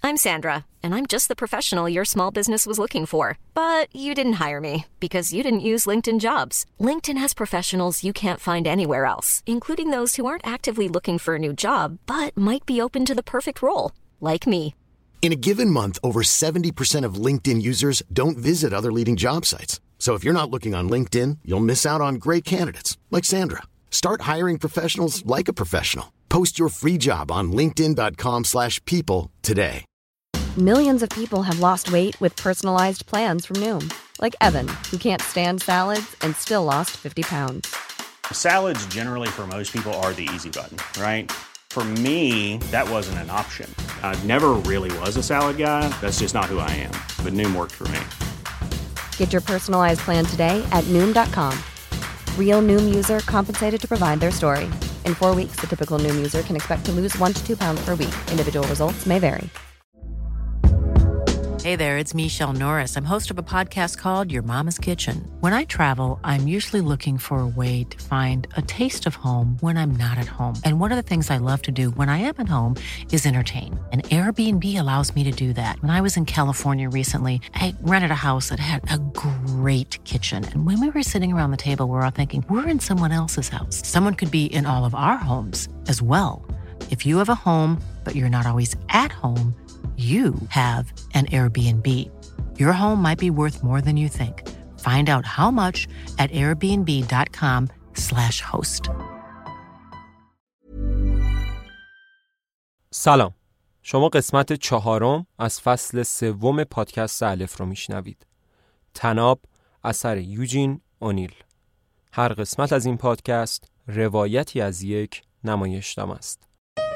I'm Sandra, and I'm just the professional your small business was looking for. But you didn't hire me because you didn't use LinkedIn Jobs. LinkedIn has professionals you can't find anywhere else, including those who aren't actively looking for a new job, but might be open to the perfect role, like me. In a given month, over 70% of LinkedIn users don't visit other leading job sites. So if you're not looking on LinkedIn, you'll miss out on great candidates like Sandra. Start hiring professionals like a professional. Post your free job on linkedin.com/people today. Millions of people have lost weight with personalized plans from Noom. Like Evan, who can't stand salads and still lost 50 pounds. Salads generally for most people are the easy button, right? For me, that wasn't an option. I never really was a salad guy. That's just not who I am. But Noom worked for me. Get your personalized plan today at Noom.com. Real Noom user compensated to provide their story. In 4 weeks, the typical Noom user can expect to lose 1 to 2 pounds per week. Individual results may vary. Hey there, it's Michelle Norris. I'm host of a podcast called Your Mama's Kitchen. When I travel, I'm usually looking for a way to find a taste of home when I'm not at home. And one of the things I love to do when I am at home is entertain. And Airbnb allows me to do that. When I was in California recently, I rented a house that had a great kitchen. And when we were sitting around the table, we were all thinking, we're in someone else's house. Someone could be in all of our homes as well. If you have a home, but you're not always at home, you have an Airbnb. Your home might be worth more than you think. Find out how much at airbnb.com/host. سلام. شما قسمت 4 از فصل 3 پادکست الف رو میشنوید. طناب اثر یوجین اونیل. هر قسمت از این پادکست روایتی از یک نمایشنامه است.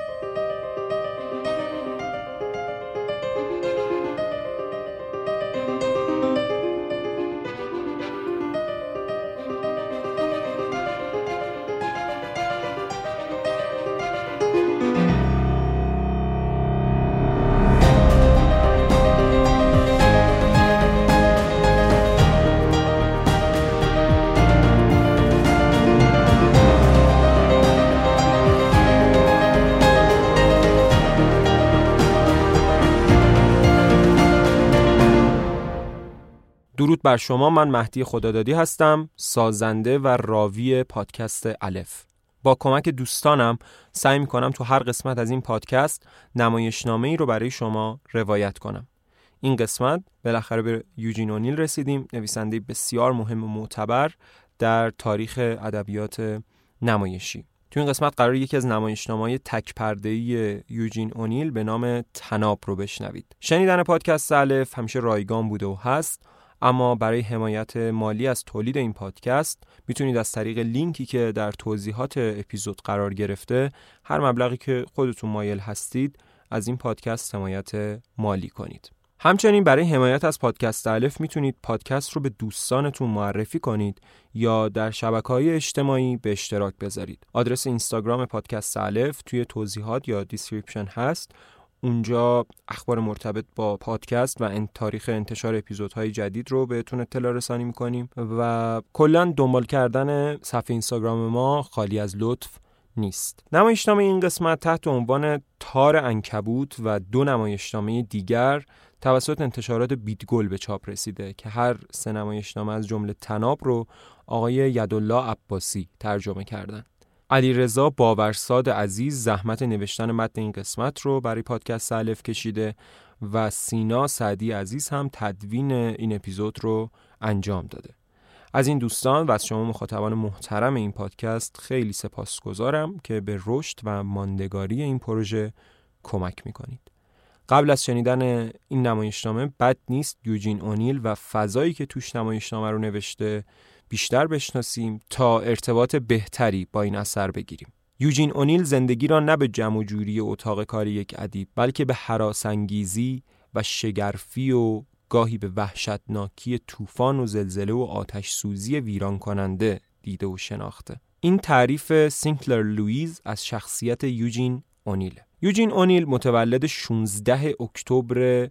درود بر شما، من مهدی خدادادی هستم، سازنده و راوی پادکست الف. با کمک دوستانم سعی می‌کنم تو هر قسمت از این پادکست نمایشنامه‌ای رو برای شما روایت کنم. این قسمت بالاخره به یوجین اونیل رسیدیم، نویسنده بسیار مهم و معتبر در تاریخ ادبیات نمایشی. تو این قسمت قراره یکی از نمایشنامه‌های تک پرده‌ای یوجین اونیل به نام طناب رو بشنوید. شنیدن پادکست الف همیشه رایگان بوده و هست، اما برای حمایت مالی از تولید این پادکست میتونید از طریق لینکی که در توضیحات اپیزود قرار گرفته هر مبلغی که خودتون مایل هستید از این پادکست حمایت مالی کنید. همچنین برای حمایت از پادکست الف میتونید پادکست رو به دوستانتون معرفی کنید یا در شبکه‌های اجتماعی به اشتراک بذارید. آدرس اینستاگرام پادکست الف توی توضیحات یا دیسکریپشن هست. اونجا اخبار مرتبط با پادکست و تاریخ انتشار اپیزودهای جدید رو بهتون اطلاع رسانی میکنیم و کلاً دنبال کردن صفحه اینستاگرام ما خالی از لطف نیست. نمایشنامه این قسمت تحت عنوان تار عنکبوت و 2 نمایشنامه دیگر توسط انتشارات بیتگل به چاپ رسیده که هر 3 نمایشنامه از جمله طناب رو آقای یدالله عباسی ترجمه کردن. علیرضا باورساد عزیز زحمت نوشتن متن این قسمت رو برای پادکست الف کشیده و سینا سعدی عزیز هم تدوین این اپیزود رو انجام داده. از این دوستان و از شما مخاطبان محترم این پادکست خیلی سپاسگزارم که به رشد و ماندگاری این پروژه کمک میکنید. قبل از شنیدن این نمایشنامه بد نیست یوجین اونیل و فضایی که توش نمایشنامه رو نوشته بیشتر بشناسیم تا ارتباط بهتری با این اثر بگیریم. یوجین اونیل زندگی را نه به جمع و جوری اتاق کار یک ادیب بلکه به هراس‌انگیزی و شگرفی و گاهی به وحشتناکی طوفان و زلزله و آتش سوزی ویران کننده دیده و شناخته. این تعریف سینکلر لوئیس از شخصیت یوجین اونیل. یوجین اونیل متولد 16 اکتبر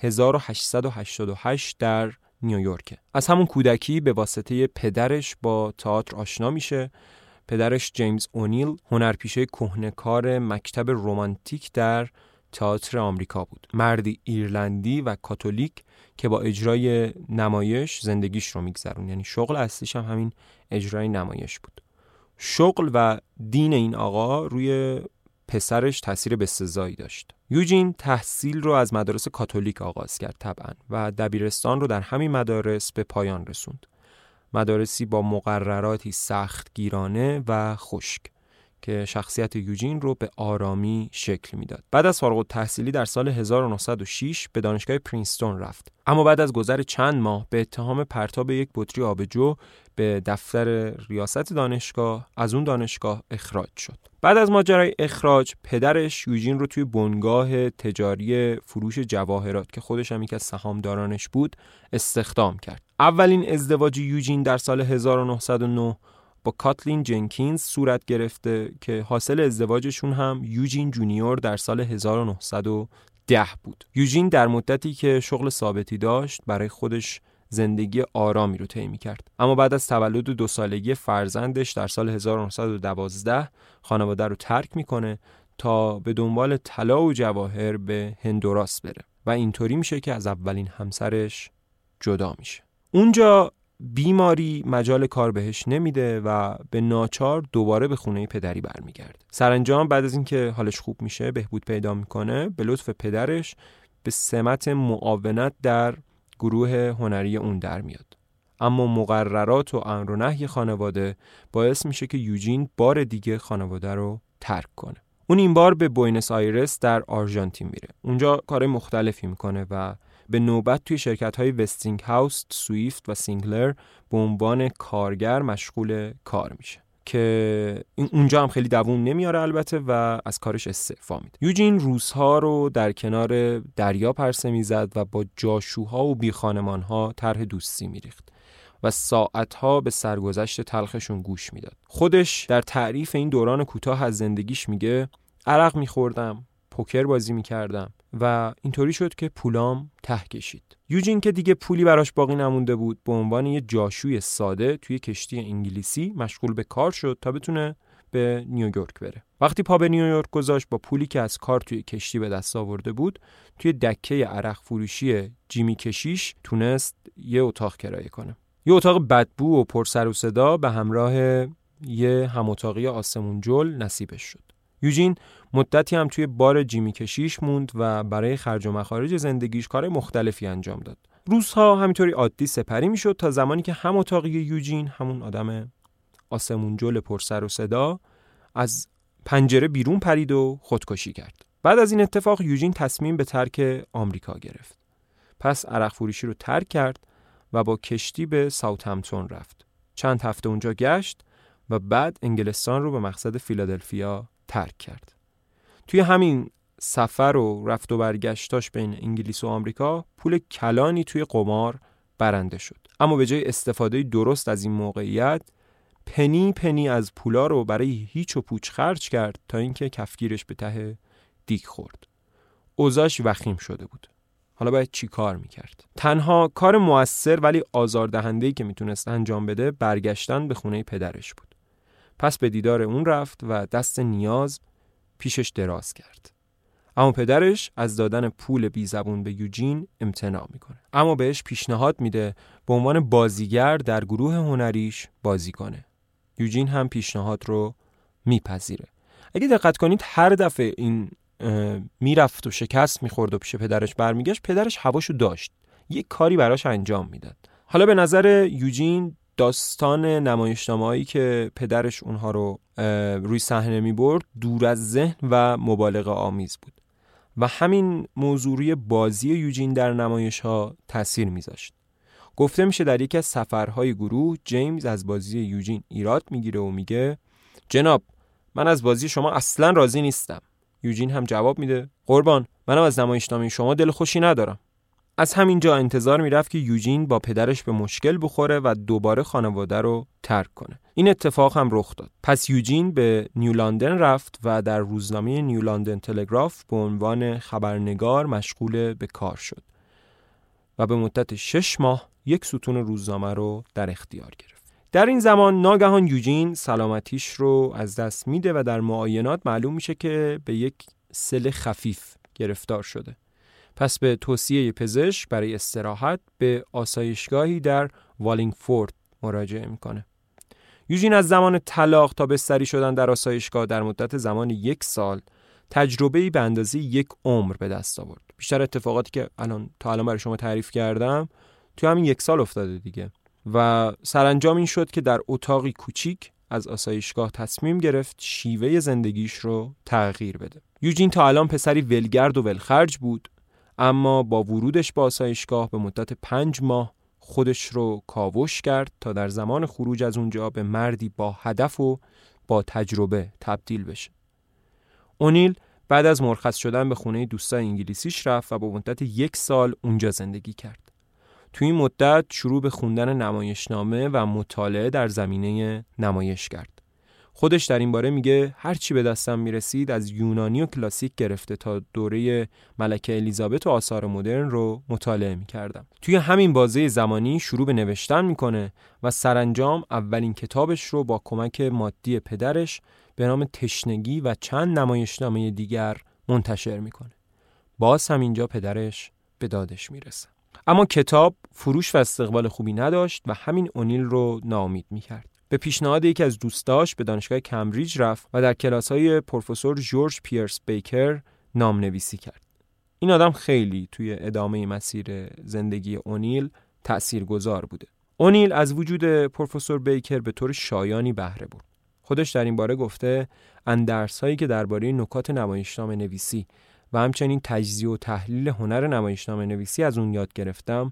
1888 در نیویورک. از همون کودکی به واسطه پدرش با تئاتر آشنا میشه. پدرش جیمز اونیل هنرپیشه کهنه‌کار مکتب رمانتیک در تئاتر آمریکا بود. مردی ایرلندی و کاتولیک که با اجرای نمایش زندگیش رو میگذرون، یعنی شغل اصلیش هم همین اجرای نمایش بود. شغل و دین این آقا روی پسرش تاثیر بسزایی داشت. یوجین تحصیل رو از مدارس کاتولیک آغاز کرد طبعا و دبیرستان رو در همین مدارس به پایان رسوند. مدارسی با مقرراتی سختگیرانه و خشک که شخصیت یوجین رو به آرامی شکل میداد. بعد از فارغ التحصیلی در سال 1906 به دانشگاه پرینستون رفت. اما بعد از گذر چند ماه به اتهام پرتاب یک بطری آبجو به دفتر ریاست دانشگاه از اون دانشگاه اخراج شد. بعد از ماجرای اخراج پدرش یوجین رو توی بنگاه تجاری فروش جواهرات که خودش هم یکی از سهامدارانش بود استخدام کرد. اولین ازدواج یوجین در سال 1909 با کاتلین جنکینز صورت گرفته که حاصل ازدواجشون هم یوجین جونیور در سال 1910 بود. یوجین در مدتی که شغل ثابتی داشت برای خودش زندگی آرامی رو طی می‌کرد. اما بعد از تولد 2 سالگی فرزندش در سال 1912 خانواده رو ترک میکنه تا به دنبال طلا و جواهر به هندوراس بره و اینطوری میشه که از اولین همسرش جدا میشه. اونجا بیماری مجال کار بهش نمیده و به ناچار دوباره به خونه پدری برمیگرده. سرانجام بعد از اینکه حالش خوب میشه، بهبود پیدا میکنه، به لطف پدرش به سمت معاونت در گروه هنری اون در میاد. اما مقررات و امر و نهی خانواده باعث میشه که یوجین بار دیگه خانواده رو ترک کنه. اون این بار به بوینس آیرس در آرژانتین میره. اونجا کار مختلفی میکنه و به نوبت توی شرکت‌های وستینگ هاوس، سویفت و سینکلر به عنوان کارگر مشغول کار میشه که اونجا هم خیلی دووم نمیاره البته و از کارش استعفا میده. یوجین روزها رو در کنار دریا پرسه میزد و با جاشوها و بیخانمانها طرح دوستی میریخت و ساعتها به سرگذشت تلخشون گوش میداد. خودش در تعریف این دوران کوتاه از زندگیش میگه عرق میخوردم، پوکر بازی میکردم و اینطوری شد که پولام ته کشید. یوجین که دیگه پولی براش باقی نمونده بود، به عنوان یه جاشوی ساده توی کشتی انگلیسی مشغول به کار شد تا بتونه به نیویورک بره. وقتی پا به نیویورک گذاشت، با پولی که از کار توی کشتی به دست آورده بود، توی دکه عرق فروشی جیمی کشیش تونست یه اتاق کرایه کنه. یه اتاق بدبو و پر سر و صدا به همراه یه هماتاقی آسمون جل نصیبش شد. یوجین مدتی هم توی بار جیمی کشیش موند و برای خرج و مخارج زندگیش کار مختلفی انجام داد. روزها همینطوری عادی سپری میشد تا زمانی که هم اتاقی یوجین، همون آدم آسمون جل پر سر و صدا، از پنجره بیرون پرید و خودکشی کرد. بعد از این اتفاق یوجین تصمیم به ترک آمریکا گرفت. پس عرق فروشی رو ترک کرد و با کشتی به ساوثهمپتون رفت. چند هفته اونجا گشت و بعد انگلستان رو به مقصد فیلادلفیا ترک کرد. توی همین سفر و رفت و برگشتاش بین انگلیس و آمریکا پول کلانی توی قمار برنده شد. اما به جای استفاده درست از این موقعیت، پنی پنی از پولا رو برای هیچ و پوچ خرج کرد تا اینکه کفگیرش به ته دیگ خورد. اوضاعش وخیم شده بود. حالا باید چی کار میکرد؟ تنها کار مؤثر ولی آزاردهنده‌ای که میتونست انجام بده برگشتن به خونه پدرش بود. پس به دیدار اون رفت و دست نیاز پیشش دراز کرد. اما پدرش از دادن پول بی زبون به یوجین امتناع میکنه. اما بهش پیشنهاد میده به عنوان بازیگر در گروه هنریش بازی کنه. یوجین هم پیشنهاد رو میپذیره. اگه دقت کنید هر دفعه این میرفت و شکست میخورد و پیش پدرش برمیگشت، پدرش هواشو داشت، یک کاری براش انجام میداد. حالا به نظر یوجین داستان نمایشنامه‌هایی که پدرش اونها رو روی صحنه میبرد دور از ذهن و مبالغه آمیز بود و همین موضوعی بازی یوجین در نمایش‌ها تأثیر میذاشت. گفته میشه در یکی از سفرهای گروه جیمز از بازی یوجین ایراد میگیره و میگه جناب من از بازی شما اصلا راضی نیستم. یوجین هم جواب میده قربان منم از نمایشنامه شما دل خوشی ندارم. از همین جا انتظار میرفت که یوجین با پدرش به مشکل بخوره و دوباره خانواده رو ترک کنه. این اتفاق هم رخ داد. پس یوجین به نیو لندن رفت و در روزنامه نیو لندن تلگراف به عنوان خبرنگار مشغول به کار شد و به مدت 6 ماه یک ستون روزنامه رو در اختیار گرفت. در این زمان ناگهان یوجین سلامتیش رو از دست میده و در معاینات معلوم میشه که به یک سل خفیف گرفتار شده. پس به توصیه پزشک برای استراحت به آسایشگاهی در والینگفورد مراجعه میکنه. یوجین از زمان طلاق تا بستری شدن در آسایشگاه در مدت زمان 1 سال تجربه‌ای به اندازه 1 عمر به دست آورد. بیشتر اتفاقاتی که تا الان برای شما تعریف کردم تو همین 1 سال افتاده دیگه و سرانجام این شد که در اتاقی کوچیک از آسایشگاه تصمیم گرفت شیوه زندگیش رو تغییر بده. یوجین تا الان پسری ولگرد و ولخرج بود، اما با ورودش به آسایشگاه به مدت 5 ماه خودش رو کاوش کرد تا در زمان خروج از اونجا به مردی با هدف و با تجربه تبدیل بشه. اونیل بعد از مرخص شدن به خونه دوستای انگلیسیش رفت و با مدت 1 سال اونجا زندگی کرد. تو این مدت شروع به خوندن نمایشنامه و مطالعه در زمینه نمایش کرد. خودش در این باره میگه هر چی به دستم میرسید از یونانی و کلاسیک گرفته تا دوره ملکه الیزابت و آثار مدرن رو مطالعه میکردم. توی همین بازه زمانی شروع به نوشتن میکنه و سرانجام اولین کتابش رو با کمک مادی پدرش به نام تشنگی و چند نمایشنامه دیگر منتشر میکنه. باز هم اینجا پدرش به دادش میرسه. اما کتاب فروش و استقبال خوبی نداشت و همین اونیل رو ناامید میکرد. به پیشنهاد یکی از دوستاش به دانشگاه کمبریج رفت و در کلاس‌های پروفسور جورج پیرس بیکر نام‌نویسی کرد. این آدم خیلی توی ادامه مسیر زندگی اونیل تأثیرگذار بوده. اونیل از وجود پروفسور بیکر به طور شایانی بهره برد. خودش در این باره گفته اندرس‌هایی که درباره نکات نمایشنامه نویسی و همچنین تجزیه و تحلیل هنر نمایشنامه نویسی از اون یاد گرفتم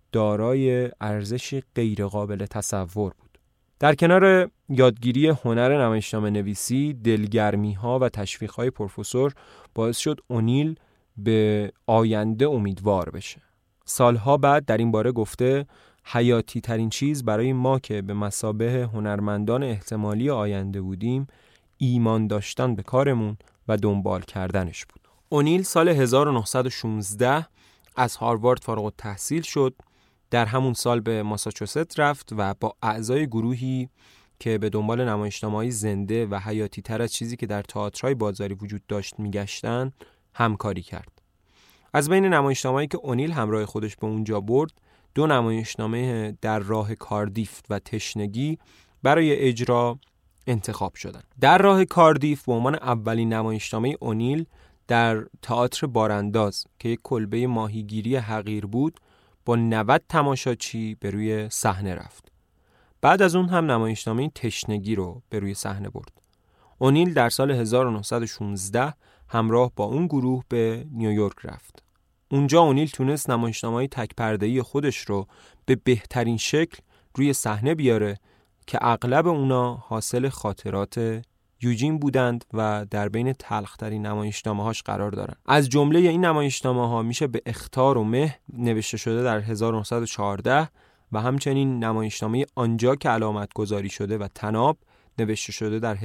دارای ارزشی غیرقابل تصور بود. در کنار یادگیری هنر نمایشنامه نویسی، دلگرمی‌ها و تشویق‌های پروفسور باعث شد اونیل به آینده امیدوار بشه. سالها بعد در این باره گفته حیاتی ترین چیز برای ما که به مثابه هنرمندان احتمالی آینده بودیم، ایمان داشتن به کارمون و دنبال کردنش بود. اونیل سال 1916 از هاروارد فارغ التحصیل شد. در همون سال به ماساچوست رفت و با اعضای گروهی که به دنبال نمایشنامه‌های زنده و حیاتی تر از چیزی که در تئاترهای بازاری وجود داشت میگشتن همکاری کرد. از بین نمایشنامه‌هایی که اونیل همراه خودش به اونجا برد، 2 نمایشنامه در راه کاردیف و تشنگی برای اجرا انتخاب شدند. در راه کاردیف به عنوان اولین نمایشنامه اونیل در تئاتر بارانداز که یک کلبه ماهیگیری حقیر بود، با 90 تماشاچی به روی صحنه رفت. بعد از اون هم نمایشنامه تشنگی رو به روی صحنه برد. اونیل در سال 1916 همراه با اون گروه به نیویورک رفت. اونجا اونیل تونست نمایشنامه‌های تک پرده‌ای خودش رو به بهترین شکل روی صحنه بیاره که اغلب اونا حاصل خاطرات یوجین بودند و در بین تلخ‌ترین نمایشنامه‌هاش قرار دارن. از جمله این نمایشنامه‌ها میشه به اخطار و مه نوشته شده در 1914 و همچنین نمایشنامه آنجا که علامت گذاری شده و طناب نوشته شده در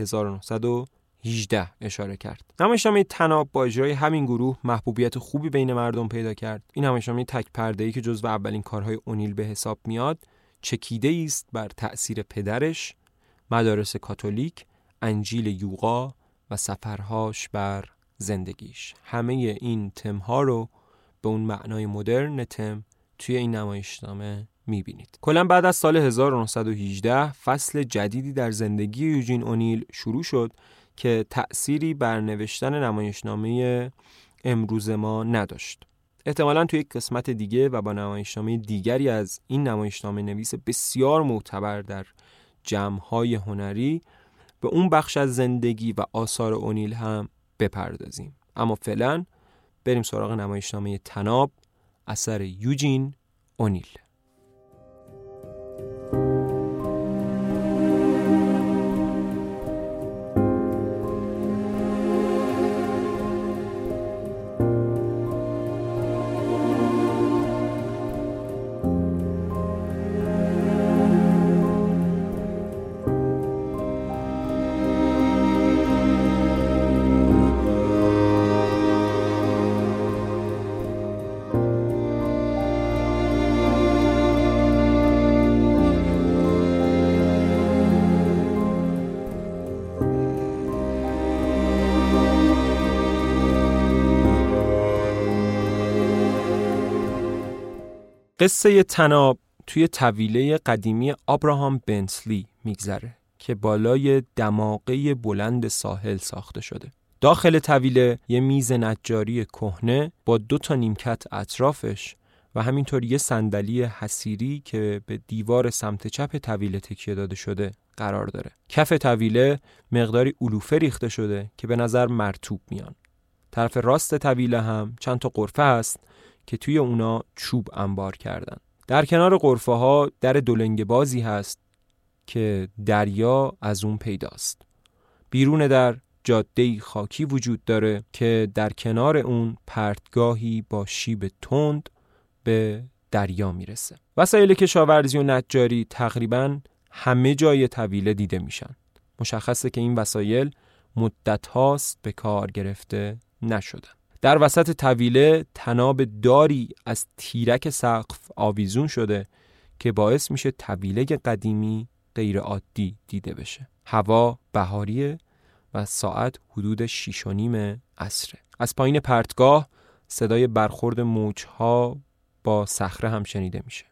1918 اشاره کرد. نمایشنامه طناب با اجرای همین گروه محبوبیت خوبی بین مردم پیدا کرد. این نمایشنامه تک پرده‌ای که جزو اولین کارهای اونیل به حساب میاد، چکیده است بر تأثیر پدرش، مدارس کاتولیک، انجیل یوغا و سفرهاش بر زندگیش. همه این تم‌ها رو به اون معنای مدرن تم توی این نمایشنامه می‌بینید. کلاً بعد از سال 1918 فصل جدیدی در زندگی یوجین اونیل شروع شد که تأثیری بر نوشتن نمایشنامه امروز ما نداشت. احتمالاً توی یک قسمت دیگه و با نمایشنامه دیگری از این نمایشنامه نویس بسیار معتبر در جمع‌های هنری به اون بخش از زندگی و آثار اونیل هم بپردازیم. اما فعلا بریم سراغ نمایشنامه طناب اثر یوجین اونیل. قصه طناب توی طویله قدیمی آبراهام بنتلی میگذره که بالای دماغه بلند ساحل ساخته شده. داخل طویله یه میز نجاری کهنه با 2 نیمکت اطرافش و همینطور یه صندلی حصیری که به دیوار سمت چپ طویله تکیه داده شده قرار داره. کف طویله مقداری علوفه ریخته شده که به نظر مرطوب میان. طرف راست طویله هم چند تا غرفه هست که توی اونا چوب انبار کردن. در کنار غرفه ها در دولنگ بازی هست که دریا از اون پیداست. بیرون در جاده‌ای خاکی وجود داره که در کنار اون پرتگاهی با شیب تند به دریا میرسه. وسایل کشاورزی و نجاری تقریباً همه جای طویله دیده میشن. مشخصه که این وسایل مدت هاست به کار گرفته نشدن. در وسط طویله طناب داری از تیرک سقف آویزون شده که باعث میشه طویله قدیمی غیر عادی دیده بشه. هوا بهاریه و ساعت حدود 6:30 عصره. از پایین پرتگاه صدای برخورد موجها با صخره هم شنیده میشه.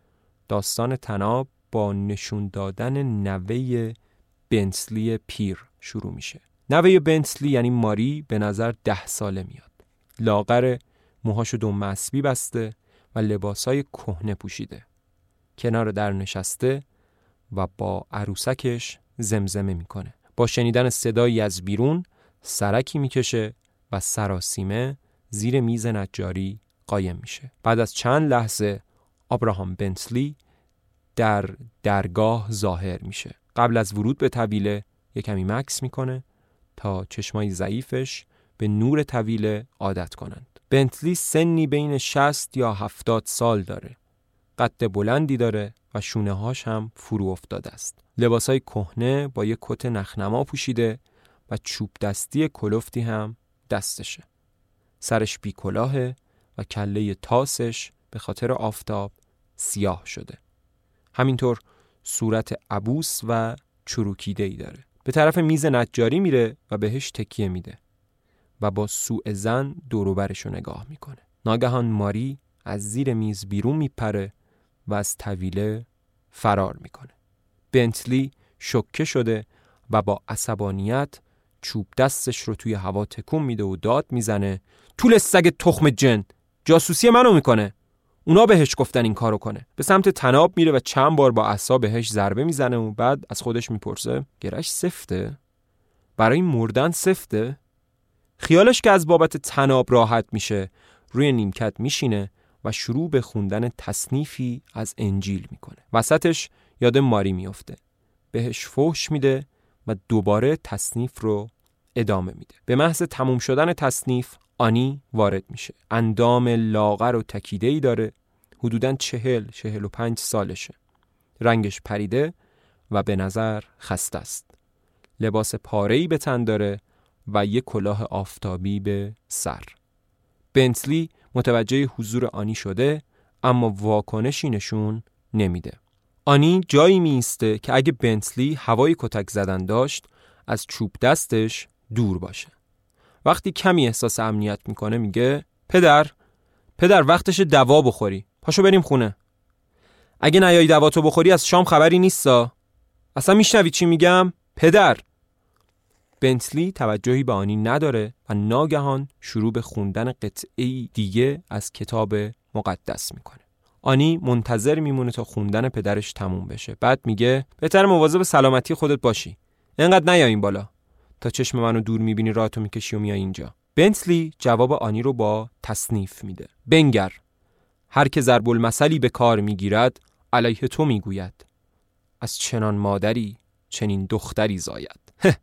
داستان طناب با نشون دادن نوه بنتلی پیر شروع میشه. نوه بنتلی یعنی ماری به نظر 10 ساله میاد. لاغر، موهاشو دم اسبی بسته و لباسای کهنه پوشیده. کنار در نشسته و با عروسکش زمزمه میکنه. با شنیدن صدایی از بیرون سرکی میکشه و سراسیمه زیر میز نجاری قایم میشه. بعد از چند لحظه آبراهام بنتلی در درگاه ظاهر میشه. قبل از ورود به طویله یک کمی مکث میکنه تا چشمای ضعیفش به نور طویله عادت کنند. بنتلی سنی بین 60 یا 70 سال داره. قد بلندی داره و شونه هاش هم فرو افتاده است. لباسای کهنه با یک کت نخنما پوشیده و چوب دستی کلفتی هم دستشه. سرش بی کلاهه و کله تاسش به خاطر آفتاب سیاه شده. همینطور صورت عبوس و چروکیده‌ای داره. به طرف میز نجاری میره و بهش تکیه میده و با سوء ظن دور و برشو نگاه میکنه. ناگهان ماری از زیر میز بیرون میپره و از طویله فرار میکنه. بنتلی شوکه شده و با عصبانیت چوب دستش رو توی هوا تکون میده و داد میزنه: طول سگ تخم جن، جاسوسی منو میکنه. اونا بهش گفتن این کارو کنه. به سمت طناب میره و چند بار با عصا بهش ضربه میزنه و بعد از خودش میپرسه: گرش سفته؟ برای مردن سفته؟ خیالش که از بابت طناب راحت میشه، روی نیمکت میشینه و شروع به خوندن تصنیفی از انجیل میکنه. وسطش یاد ماری میفته. بهش فحش میده و دوباره تصنیف رو ادامه میده. به محض تموم شدن تصنیف آنی وارد میشه. اندام لاغر و تکیده‌ای داره. حدوداً 40-45 سالشه. رنگش پریده و به نظر خسته است. لباس پاره‌ای به تن داره و یک کلاه آفتابی به سر. بنتلی متوجه حضور آنی شده اما واکنشی نشون نمیده. آنی جایی میسته که اگه بنتلی هوای کتک زدن داشت از چوب دستش دور باشه. وقتی کمی احساس امنیت میکنه میگه: پدر وقتش دوا بخوری. پاشو بریم خونه. اگه نیایی دواتو بخوری از شام خبری نیستا. اصلا میشنوی چی میگم؟ پدر. بنتلی توجهی به آنی نداره و ناگهان شروع به خوندن قطعه‌ای دیگه از کتاب مقدس میکنه. آنی منتظر میمونه تا خوندن پدرش تموم بشه. بعد میگه: بهتر مواظب سلامتی خودت باشی. اینقدر نیایین بالا. تا چشم منو دور میبینی راهتو میکشی و میای اینجا. بنتلی جواب آنی رو با تصنیف میده: بنگر، هر که ضرب المثلی به کار میگیرد علیه تو میگوید، از چنان مادری چنین دختری زاید.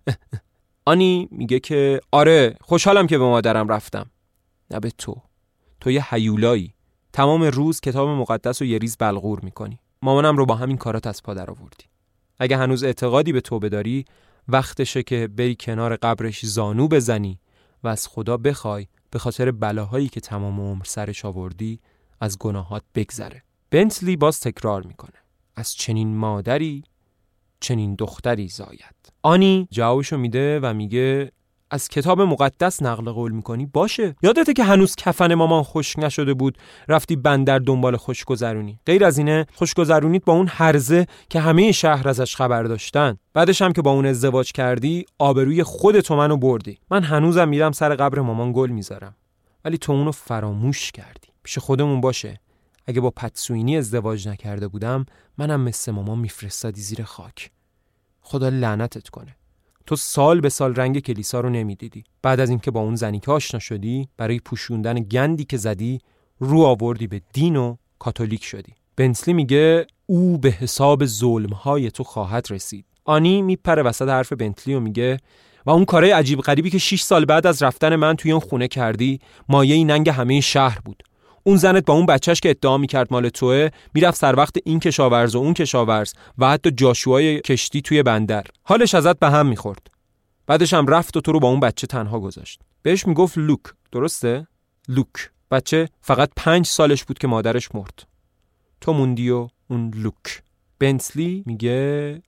آنی میگه که آره، خوشحالم که به مادرم رفتم. نه به تو یه هیولایی. تمام روز کتاب مقدس رو یه ریز بلغور میکنی. مامانم رو با همین کارات از پا در آوردی. اگه هنوز اعتقادی به توبه داری، وقتشه که بری کنار قبرش زانو بزنی و از خدا بخوای به خاطر بلاهایی که تمام عمر سرش آوردی از گناهات بگذره. بنتلی باز تکرار میکنه: از چنین مادری چنین دختری زاید. آنی جوابشو میده و میگه: از کتاب مقدس نقل قول میکنی باشه. یادته که هنوز کفن مامان خشک نشده بود رفتی بندر دنبال خوشگذرونی. غیر از اینه خوشگذرونیت با اون هرزه که همه شهر ازش خبر داشتن. بعدش هم که با اون ازدواج کردی آبروی خودت و منو بردی. من هنوزم میرم سر قبر مامان گل میذارم. ولی تو اونو فراموش کردی. پیش خودمون باشه اگه با پت سوینی ازدواج نکرده بودم منم مثل مامان میفرستادی زیر خاک. خدا لعنتت کنه. تو سال به سال رنگ کلیسا رو نمیدیدی. بعد از اینکه با اون زنی که آشنا شدی برای پوشوندن گندی که زدی رو آوردی به دین و کاتولیک شدی. بنتلی میگه او به حساب ظلم‌های تو خواهد رسید. آنی میپره وسط حرف بنتلی و میگه و اون کارهای عجیب غریبی که 6 سال بعد از رفتن من توی اون خونه کردی مایه ننگ همه شهر بود. اون زنت با اون بچهش که ادعا میکرد مال توئه میرفت سر وقت این کشاورز و اون کشاورز و حتی جاشوهای کشتی توی بندر. حالش ازت به هم میخورد. بعدش هم رفت و تو رو با اون بچه تنها گذاشت. بهش میگفت لوک، درسته؟ لوک. بچه فقط 5 سالش بود که مادرش مرد. تو موندی و اون لوک. بنتلی میگه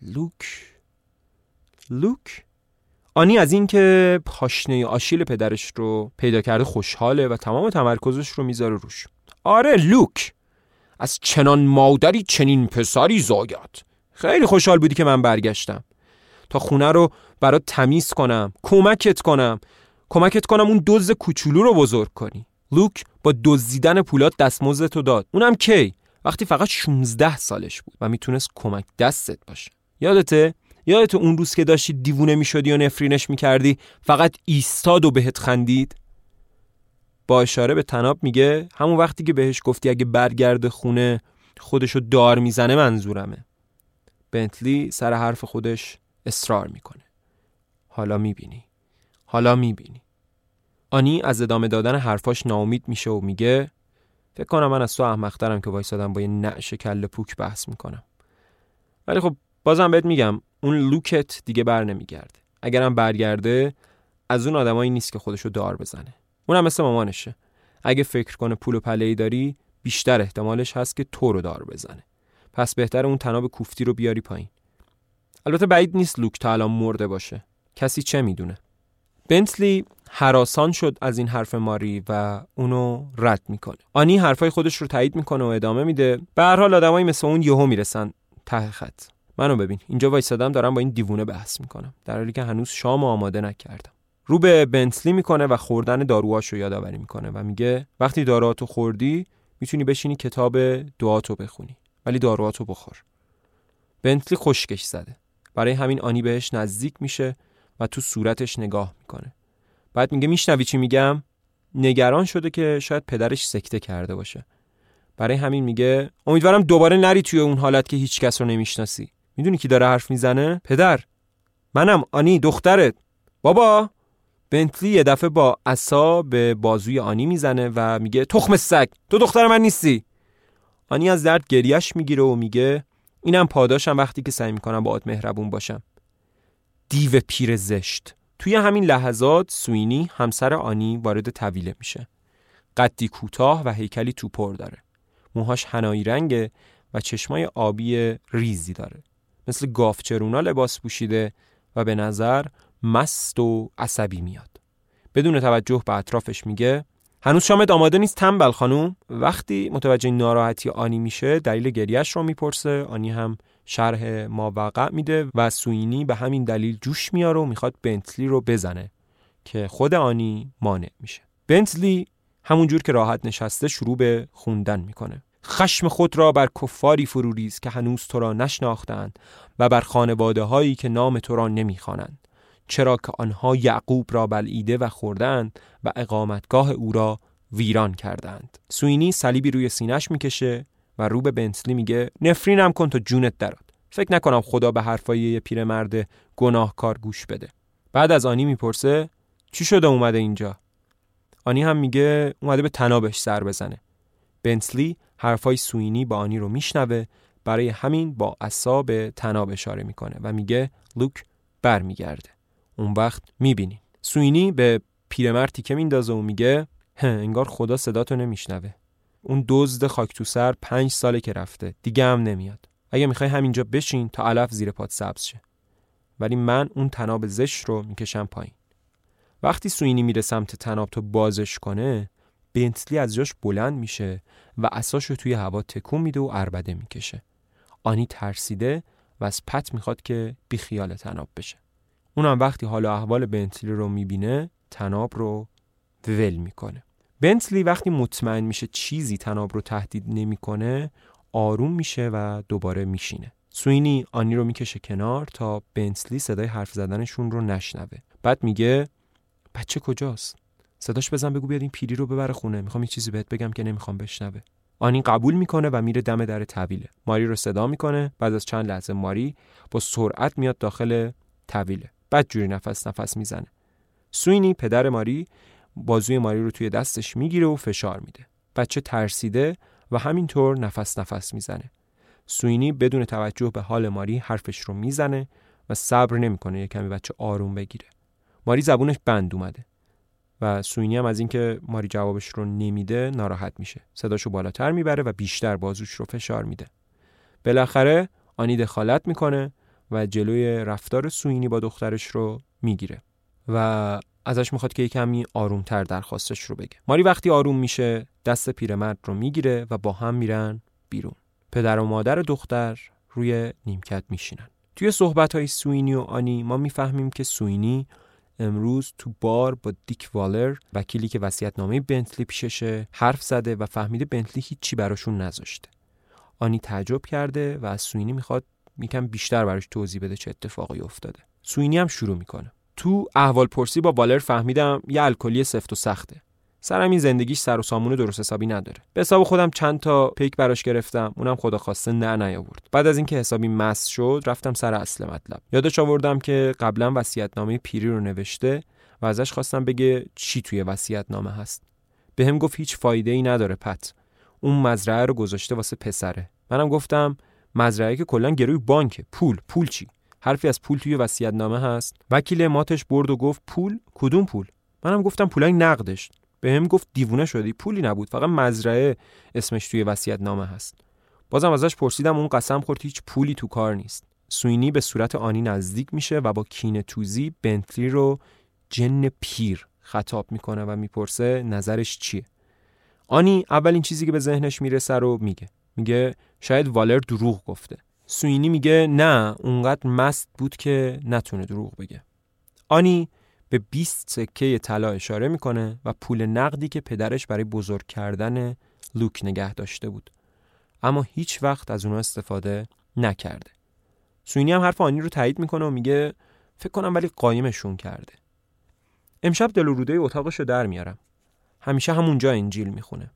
لوک. آنی از این که پاشنه آشیل پدرش رو پیدا کرده خوشحاله و تمام تمرکزش رو میذاره روش. آره لوک، از چنان مادری چنین پسری زاید. خیلی خوشحال بودی که من برگشتم تا خونه رو برات تمیز کنم، کمکت کنم اون دزد کوچولو رو بزرگ کنی. لوک با دزدیدن پولات دستمزدتو داد. اونم کی؟ وقتی فقط 16 سالش بود و میتونست کمک دستت باشه. یادته اون روز که داشتی دیوونه میشدی و نفرینش میکردی فقط ایستاد و بهت خندید؟ با اشاره به طناب میگه همون وقتی که بهش گفتی اگه برگرده خونه خودشو دار میزنه منظورمه. بنتلی سر حرف خودش اصرار میکنه. حالا میبینی. آنی از ادامه دادن حرفاش ناامید میشه و میگه فکر کنم من از تو احمق‌ترم که وایسادم با یه نعش کله پوک بحث میکنم. ولی خب بازم بهت میگم اون لوکت دیگه بر نمیگرده. اگرم برگرده از اون آدمایی نیست که خودشو دار بزنه. اونم مثل مامانشه. اگه فکر کنه پول و پله‌ای داری بیشتر احتمالش هست که تو رو دار بزنه. پس بهتره اون طناب کوفتی رو بیاری پایین. البته بعید نیست لوک تا الان مرده باشه. کسی چه میدونه؟ بنتلی هراسان شد از این حرف ماری و اونو رد میکنه. آنی حرفای خودش رو تایید میکنه و ادامه میده. به هر حال آدمایی مثل اون یهو میرسن ته خط. منو ببین اینجا وایسادم دارم با این دیوونه بحث میکنم در حالی که هنوز شام آماده نکردم. رو به بنتلی میکنه و خوردن داروهاشو یادآوری میکنه و میگه وقتی داروهاتو خوردی میتونی بشینی کتاب دعاتو بخونی ولی داروهاتو بخور. بنتلی خشکش زده. برای همین آنی بهش نزدیک میشه و تو صورتش نگاه میکنه. بعد میگه میشنوی چی میگم؟ نگران شده که شاید پدرش سکته کرده باشه. برای همین میگه امیدوارم دوباره نری توی اون حالت که هیچ کس رو نمیشناسی. میدونی کی داره حرف میزنه؟ پدر. منم، آنی، دخترت. بابا. بنتلی یه دفعه با عصا به بازوی آنی میزنه و میگه تخم سگ، تو دختر من نیستی. آنی از درد گریهش میگیره و میگه اینم پاداشم وقتی که سعی میکنم باهات مهربون باشم. دیو پیر زشت. توی همین لحظات سوینی همسر آنی وارد طویله میشه. قدی کوتاه و هیکلی توپر داره. موهاش حنایی رنگه و چشمای آبی ریزی داره. مثل گاوچرونا لباس پوشیده و به نظر مست و عصبی میاد. بدون توجه به اطرافش میگه هنوز شامت آماده نیست تنبل خانوم؟ وقتی متوجه ناراحتی آنی میشه دلیل گریهش رو میپرسه. آنی هم شرح ماوقع میده و سوینی به همین دلیل جوش میاره و میخواد بنتلی رو بزنه که خود آنی مانع میشه. بنتلی همونجور که راحت نشسته شروع به خوندن میکنه. خشم خود را بر کفاری فرو ریز که هنوز تو را نشناختند و بر خانواده هایی که نام تو را نمیخوانند، چرا که آنها یعقوب را بلعیده و خوردند و اقامتگاه او را ویران کردند. سوینی صلیبی روی سینه‌اش میکشه و رو به بنتلی میگه نفرینم کن تا جونت دراد. فکر نکنم خدا به حرفای یه پیرمرد گناهکار گوش بده. بعد از آنی میپرسه چی شده اومده اینجا؟ آنی هم میگه اومده به طنابش سر بزنه. بنتلی حرفای سوینی با آنی رو میشنوه، برای همین با عصا به طناب اشاره میکنه و میگه لوک برمیگرده. اون وقت میبینین. سوینی به پیرمرد تیکه میندازه و میگه انگار خدا صداتو نمیشنوه. اون دزد خاک تو سر 5 ساله که رفته، دیگه هم نمیاد. اگه میخوای همینجا بشین تا علف زیر پات سبز شه. ولی من اون طناب زشت رو میکشم پایین. وقتی سوینی میره سمت طناب تا بازش کنه، بنتلی از جاش بلند میشه و عصاشو توی هوا تکون میده و عربده میکشه. آنی ترسیده و از پت میخواد که بی خیال طناب بشه. اونم وقتی حال و احوال بنتلی رو میبینه، طناب رو ول میکنه. بنتلی وقتی مطمئن میشه چیزی طناب رو تهدید نمیکنه، آروم میشه و دوباره میشینه. سوینی آنی رو میکشه کنار تا بنتلی صدای حرف زدنشون رو نشنوه. بعد میگه بچه کجاست؟ صداش بزن بگو بیاد این پیری رو ببره خونه. میخوام یه چیزی بهت بگم که نمیخوام بشنوه. آنی قبول میکنه و میره دم در طویله. ماری رو صدا میکنه. بعد از چند لحظه ماری با سرعت میاد داخل طویله. بعد جوری نفس میزنه. سوینی پدر ماری بازوی ماری رو توی دستش میگیره و فشار میده. بچه ترسیده و همینطور نفس میزنه. سوینی بدون توجه به حال ماری حرفش رو میزنه و صبر نمیکنه یه کمی بچه آروم بگیره. ماری زبونش بند اومده و سوینی هم از اینکه ماری جوابش رو نمیده ناراحت میشه. صداشو بالاتر میبره و بیشتر بازوش رو فشار میده. بالاخره آنی دخالت میکنه و جلوی رفتار سوینی با دخترش رو میگیره و ازش میخواد که کمی آرومتر درخواستش رو بگه. ماری وقتی آروم میشه دست پیرمرد رو میگیره و با هم میرن بیرون. پدر و مادر دختر روی نیمکت میشینن. توی صحبت‌های سوینی و آنی ما میفهمیم که سوینی امروز تو بار با دیک والر، وکیلی که وصیت‌نامه بنتلی پیششه، حرف زده و فهمیده بنتلی هیچی براشون نذاشته. آنی تعجب کرده و از سوینی میخواد یکم بیشتر براش توضیح بده چه اتفاقی افتاده. سوینی هم شروع میکنه. تو احوال پرسی با والر فهمیدم یه الکلی سفت و سخته. سرم این زندگیش سر و سامون درست حسابی نداره. به حساب خودم چند تا پیک براش گرفتم، اونم خدا خواسته نیاورد. بعد از اینکه حسابی مست شد رفتم سر اصل مطلب. یادش آوردم که قبلا وصیت‌نامه پیری رو نوشته و ازش خواستم بگه چی توی وصیت‌نامه هست. بهم گفت هیچ فایده‌ای نداره پت. اون مزرعه رو گذاشته واسه پسره. منم گفتم مزرعه که کلا گروی بانکه. پول چی؟ حرفی از پول توی وصیت‌نامه هست؟ وکیل ماتش برد و گفت پول؟ کدوم پول؟ منم گفتم پولای نقدش. بهم گفت دیوونه شدی، پولی نبود، فقط مزرعه اسمش توی وصیت‌نامه هست. بازم ازش پرسیدم، اون قسم خورد هیچ پولی تو کار نیست. سوینی به صورت آنی نزدیک میشه و با کینه توزی بنتلی رو جن پیر خطاب میکنه و میپرسه نظرش چیه. آنی اولین چیزی که به ذهنش میرسه رو میگه شاید والر دروغ گفته. سوینی میگه نه، اونقدر مست بود که نتونه دروغ بگه. آنی به 20 سکه طلا اشاره میکنه و پول نقدی که پدرش برای بزرگ کردن لوک نگه داشته بود، اما هیچ وقت از اونها استفاده نکرده. سوینی هم حرف آنی رو تایید میکنه و میگه فکر کنم ولی قایمشون کرده. امشب دل و روده اتاقش رو در میارم. همیشه همونجا انجیل میخونه.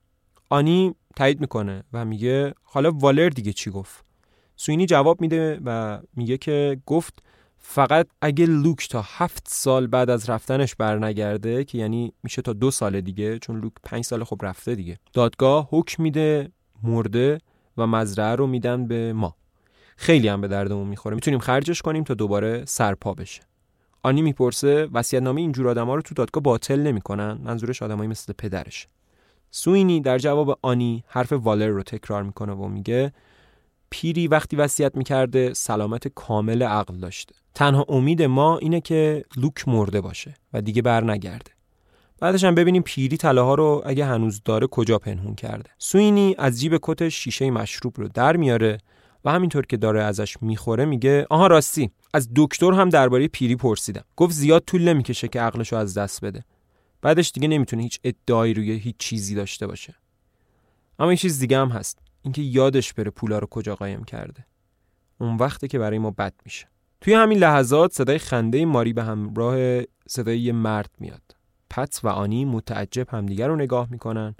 آنی تایید میکنه و میگه حالا والر دیگه چی گفت؟ سوینی جواب میده و میگه که گفت فقط اگه لوک تا 7 سال بعد از رفتنش برنگرده، که یعنی میشه تا 2 سال دیگه، چون لوک 5 سال خب رفته دیگه، دادگاه حکم میده مرده و مزرعه رو میدن به ما. خیلی هم به دردمون میخوره، میتونیم خرجش کنیم تا دوباره سرپا بشه. آنی میپرسه وصیت‌نامه اینجور آدما رو تو دادگاه باطل نمیکنن؟ منظورش آدمایی مثل پدرش. سوینی در جواب آنی حرف والر رو تکرار میکنه و میگه پیری وقتی وصیت میکرده سلامت کامل عقل داشته. تنها امید ما اینه که لوک مرده باشه و دیگه بر نگرده. بعدش هم ببینیم پیری طلاها رو اگه هنوز داره کجا پنهون کرده. سوینی از جیب کتش شیشه مشروب رو در میاره و همینطور که داره ازش میخوره میگه آها راستی، از دکتر هم درباره پیری پرسیدم. گفت زیاد طول نمیکشه که عقلشو از دست بده. بعدش دیگه نمیتونه هیچ ادعایی روی هیچ چیزی داشته باشه. اما یه چیز دیگه هم هست، اینکه یادش بره پولا رو کجا قایم کرده. اون وقته که برای ما بد میشه. توی همین لحظات صدای خنده ماری به همراه صدای یه مرد میاد. پت و آنی متعجب همدیگر رو نگاه میکنن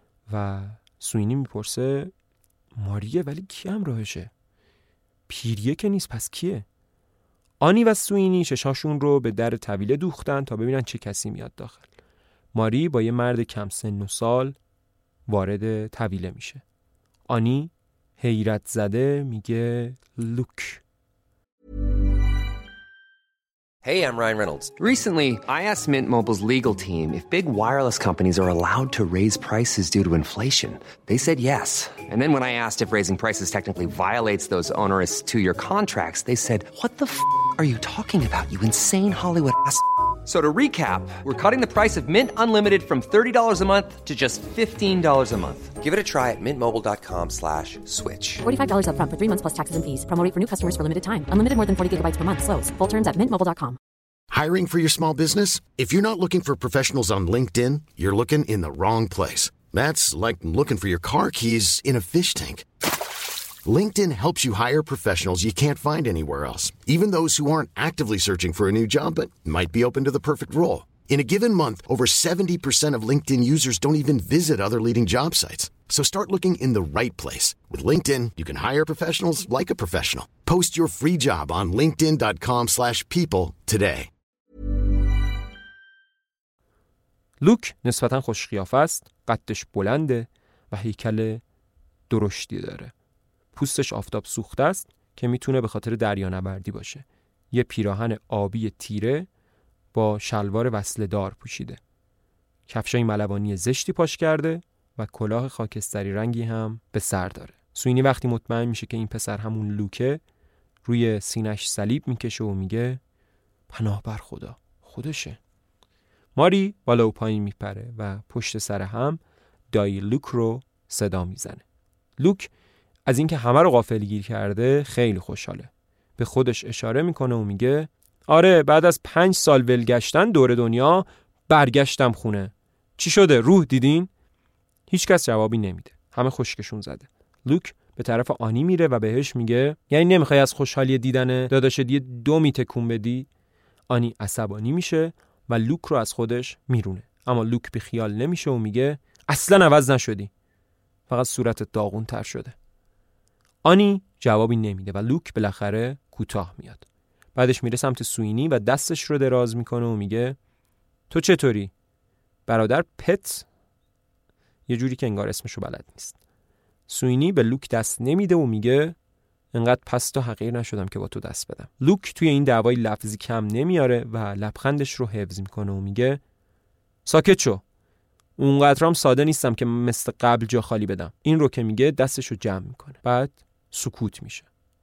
و سوینی میپرسه ماریه ولی کی همراهشه؟ پیریه که نیست، پس کیه؟ آنی و سوینی چشاشون رو به در طویله دوختن تا ببینن چه کسی میاد داخل. ماری با یه مرد کم سن و سال وارد طویله میشه. آنی حیرت زده میگه لوک. Hey, I'm Ryan Reynolds. Recently, I asked Mint Mobile's legal team if big wireless companies are allowed to raise prices due to inflation. They said yes. And then when I asked if raising prices technically violates those onerous 2-year contracts, they said, what the f*** are you talking about, you insane Hollywood ass f- So to recap, we're cutting the price of Mint Unlimited from $30 a month to just $15 a month. Give it a try at mintmobile.com/switch. $45 up front for 3 months plus taxes and fees. Promo rate for new customers for limited time. Unlimited more than 40 gigabytes per month. Slows full terms at mintmobile.com. Hiring for your small business? If you're not looking for professionals on LinkedIn, you're looking in the wrong place. That's like looking for your car keys in a fish tank. LinkedIn helps you hire professionals you can't find anywhere else, even those who aren't actively searching for a new job but might be open to the perfect role. In a given month, over 70% of LinkedIn users don't even visit other leading job sites. So start looking in the right place. With LinkedIn, you can hire professionals like a professional. Post your free job on linkedin.com/people today. لوک نسبتاً خوش قیافه است، قدش بلنده و هیکل درشتی داره. پوستش آفتاب سوخته است که میتونه به خاطر دریانوردی باشه. یه پیراهن آبی تیره با شلوار وصله دار پوشیده. کفشای ملوانی زشتی پاش کرده و کلاه خاکستری رنگی هم به سر داره. سوینی وقتی مطمئن میشه که این پسر همون لوکه، روی سینه‌اش صلیب میکشه و میگه پناه بر خدا، خودشه. ماری بالا و پایین میپره و پشت سر هم دایی لوک رو صدا میزنه. لوک از اینکه همه رو غافلگیر کرده خیلی خوشحاله. به خودش اشاره میکنه و میگه آره، بعد از 5 سال ولگشتن دور دنیا برگشتم خونه. چی شده؟ روح دیدین؟ هیچ کس جوابی نمیده. همه خشکشون زده. لوک به طرف آنی میره و بهش میگه یعنی نمیخوای از خوشحالی دیدن داداش دیگه 2 تکون بدی؟ آنی عصبانی میشه و لوک رو از خودش میرونه. اما لوک بی خیال نمیشه و میگه اصلا عوض نشدی، فقط صورتت داغون تر شده. آنی جوابی نمیده و لوک بالاخره کوتاه میاد. بعدش میره سمت سوینی و دستش رو دراز میکنه و میگه تو چطوری؟ برادر پت؟ یه جوری که انگار اسمشو بلد نیست. سوینی به لوک دست نمیده و میگه انقدر پست و حقیر نشدم که با تو دست بدم. لوک توی این دعوای لفظی کم نمیاره و لبخندش رو حفظ میکنه و میگه ساکت شو، اونقدرام ساده نیستم که مثل قبل جا خالی بدم. این رو که میگه دستش رو جمع میکنه. بعد سکوت میشه.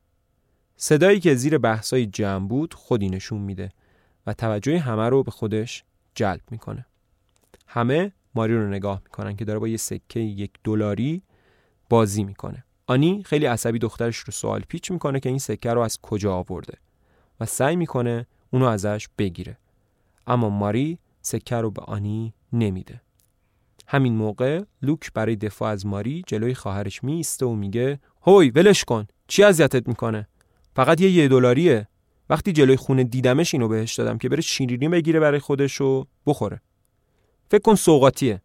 صدایی که زیر بحثای جمع بود خودی نشون میده و توجه همه رو به خودش جلب میکنه. همه ماری رو نگاه میکنن که داره با یه سکه $1 بازی میکنه. آنی خیلی عصبی دخترش رو سوال پیچ میکنه که این سکه رو از کجا آورده و سعی میکنه اونو ازش بگیره. اما ماری سکه رو به آنی نمیده. همین موقع لوک برای دفاع از ماری جلوی خواهرش میسته و میگه هوی ولش کن، چی اذیتت میکنه؟ فقط یه $1. وقتی جلوی خونه دیدمش اینو بهش دادم که بره شیرینی بگیره برای خودش و بخوره. فکر کن سوغاتیه.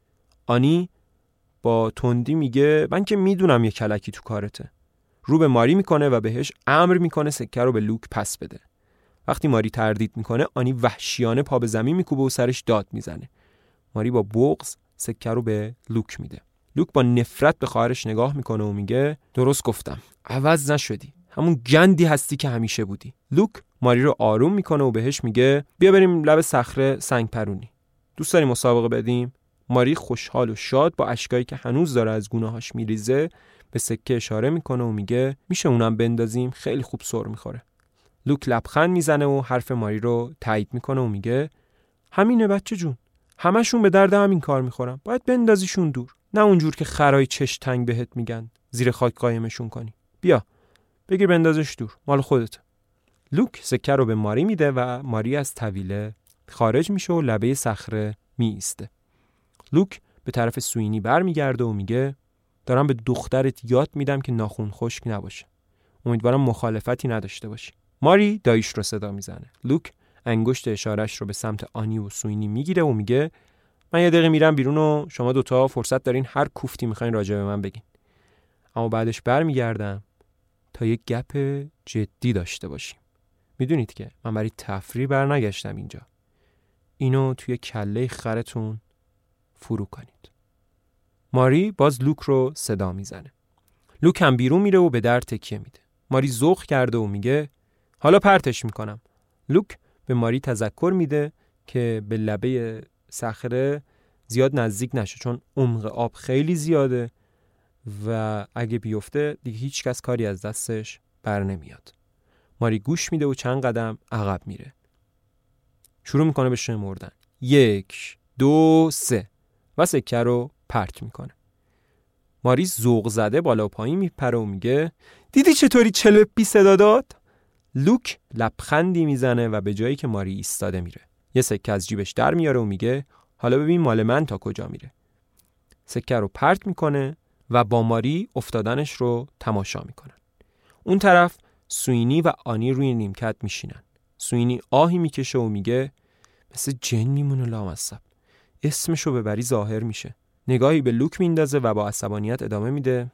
آنی با تندی میگه من که میدونم یه کلکی تو کارته. رو به ماری میکنه و بهش امر میکنه سکه رو به لوک پس بده. وقتی ماری تردید میکنه آنی وحشیانه پا به زمین میکوبه و سرش داد میزنه. ماری با بغض سکه رو به لوک میده. لوک با نفرت به خواهرش نگاه میکنه و میگه درست گفتم، عوض نشدی، همون گندی هستی که همیشه بودی. لوک ماری رو آروم میکنه و بهش میگه بیا بریم لب صخره سنگ پرونی. دوست داری مسابقه بدیم؟ ماری خوشحال و شاد با اشکایی که هنوز داره از گونه‌هاش میریزه به سکه اشاره میکنه و میگه میشه اونم بندازیم؟ خیلی خوب سر میخوره. لوک لبخند میزنه و حرف ماری رو تایید میکنه و میگه همینه بچه جون، همشون به درد همین کار میخورن، باید بندازیشون دور، نه اونجور که خرای چش تنگ بهت میگن زیر خاک قایمشون کنی. بیا بگیر بندازش دور، مال خودت. لوک سکه رو به ماری میده و ماری از طویله خارج میشه و لبه صخره میایسته. لوک به طرف سوینی برمیگرده و میگه دارم به دخترت یاد میدم که ناخون خشک نباشه. امیدوارم مخالفتی نداشته باشی. ماری دایش رو صدا میزنه. لوک انگشت اشارهش رو به سمت آنی و سوینی میگیره و میگه من یه دقیقه میرم بیرون و شما دوتا فرصت دارین هر کوفتی میخواین راجع به من بگین. اما بعدش برمیگردم تا یک گپ جدی داشته باشیم. میدونید که من برای تفریح برنگشتم اینجا. اینو توی کله خرتون فرو کنید. ماری باز لوک رو صدا میزنه. لوک هم بیرون میره و به در تکیه میده. ماری ذوق کرده و میگه حالا پرتش میکنم. لوک به ماری تذکر میده که به لبه صخره زیاد نزدیک نشه چون عمق آب خیلی زیاده و اگه بیفته دیگه هیچ کس کاری از دستش بر نمیاد. ماری گوش میده و چند قدم عقب میره. شروع میکنه به شمردن. 1 2 3 و سکه رو پرت میکنه. ماری ذوق زده بالا و پایین میپره و میگه دیدی چطوری 40 به 20 صدا داد؟ لوک لبخندی میزنه و به جایی که ماری ایستاده میره. یه سکه از جیبش در میاره و میگه حالا ببین مال من تا کجا میره. سکه رو پرت میکنه و با ماری افتادنش رو تماشا میکنن. اون طرف سوینی و آنی روی نیمکت میشینن. سوینی آهی میکشه و میگه مثل جن میمونه لامصب. اسمشو ببری ظاهر میشه. نگاهی به لوک میندازه و با عصبانیت ادامه میده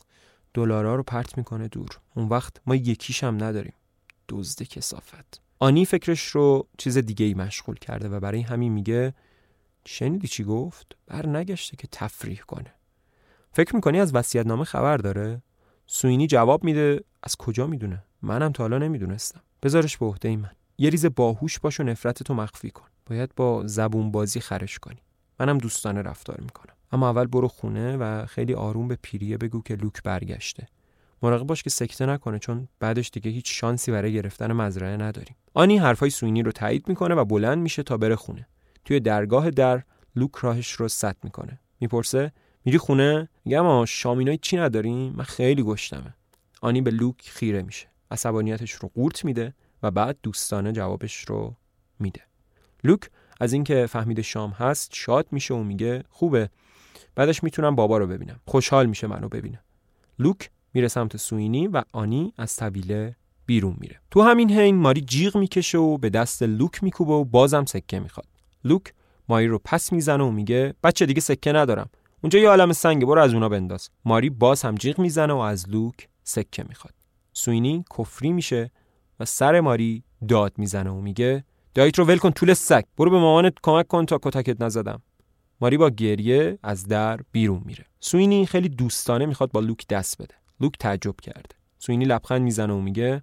دلارا رو پرت میکنه دور. اون وقت ما یکیش هم نداریم. دزد کثافت. آنی فکرش رو چیز دیگه ای مشغول کرده و برای همین میگه شنیدی چی گفت؟ بر نگشته که تفریح کنه. فکر میکنی از وصیت‌نامه خبر داره؟ سوینی جواب میده از کجا میدونه؟ منم تا حالا نمیدونستم. بذارش به عهده من. یه ریز باهوش باش و نفرتتو مخفی کن. باید با زبون بازی خرش کنی. منم دوستانه رفتار میکنم. اما اول برو خونه و خیلی آروم به پیریه بگو که لوک برگشته. مراقب باش که سکته نکنه چون بعدش دیگه هیچ شانسی برای گرفتن مزرعه نداریم. آنی حرفای سوینی رو تایید میکنه و بلند میشه تا بره خونه. توی درگاه در لوک راهش رو سد میکنه. میپرسه میری خونه؟ میگم ما شامینای چی نداریم؟ من خیلی گشتمه. آنی به لوک خیره میشه. عصبانیتش رو قورت میده و بعد دوستانه جوابش رو میده. لوک از اینکه فهمیده شام هست شاد میشه و میگه خوبه. بعدش میتونم بابا رو ببینم. خوشحال میشه منو ببینه. لوک میره سمت سوینی و آنی از طویله بیرون میره. تو همین حین ماری جیغ میکشه و به دست لوک میکوبه و بازم سکه میخواد. لوک ماری رو پس میزنه و میگه بچه دیگه سکه ندارم. اونجا یه عالمه سنگه برو از اونا بنداز. ماری باز هم جیغ میزنه و از لوک سکه میخواد. سوینی کفری میشه و سر ماری داد میزنه و میگه دایت رو ول کن طول سگ. برو به مامانت کمک کن تا کتکت نزدم. ماری با گریه از در بیرون میره. سوینی خیلی دوستانه میخواد با لوک دست بده. لوک تعجب کرده. سوینی لبخند میزنه و میگه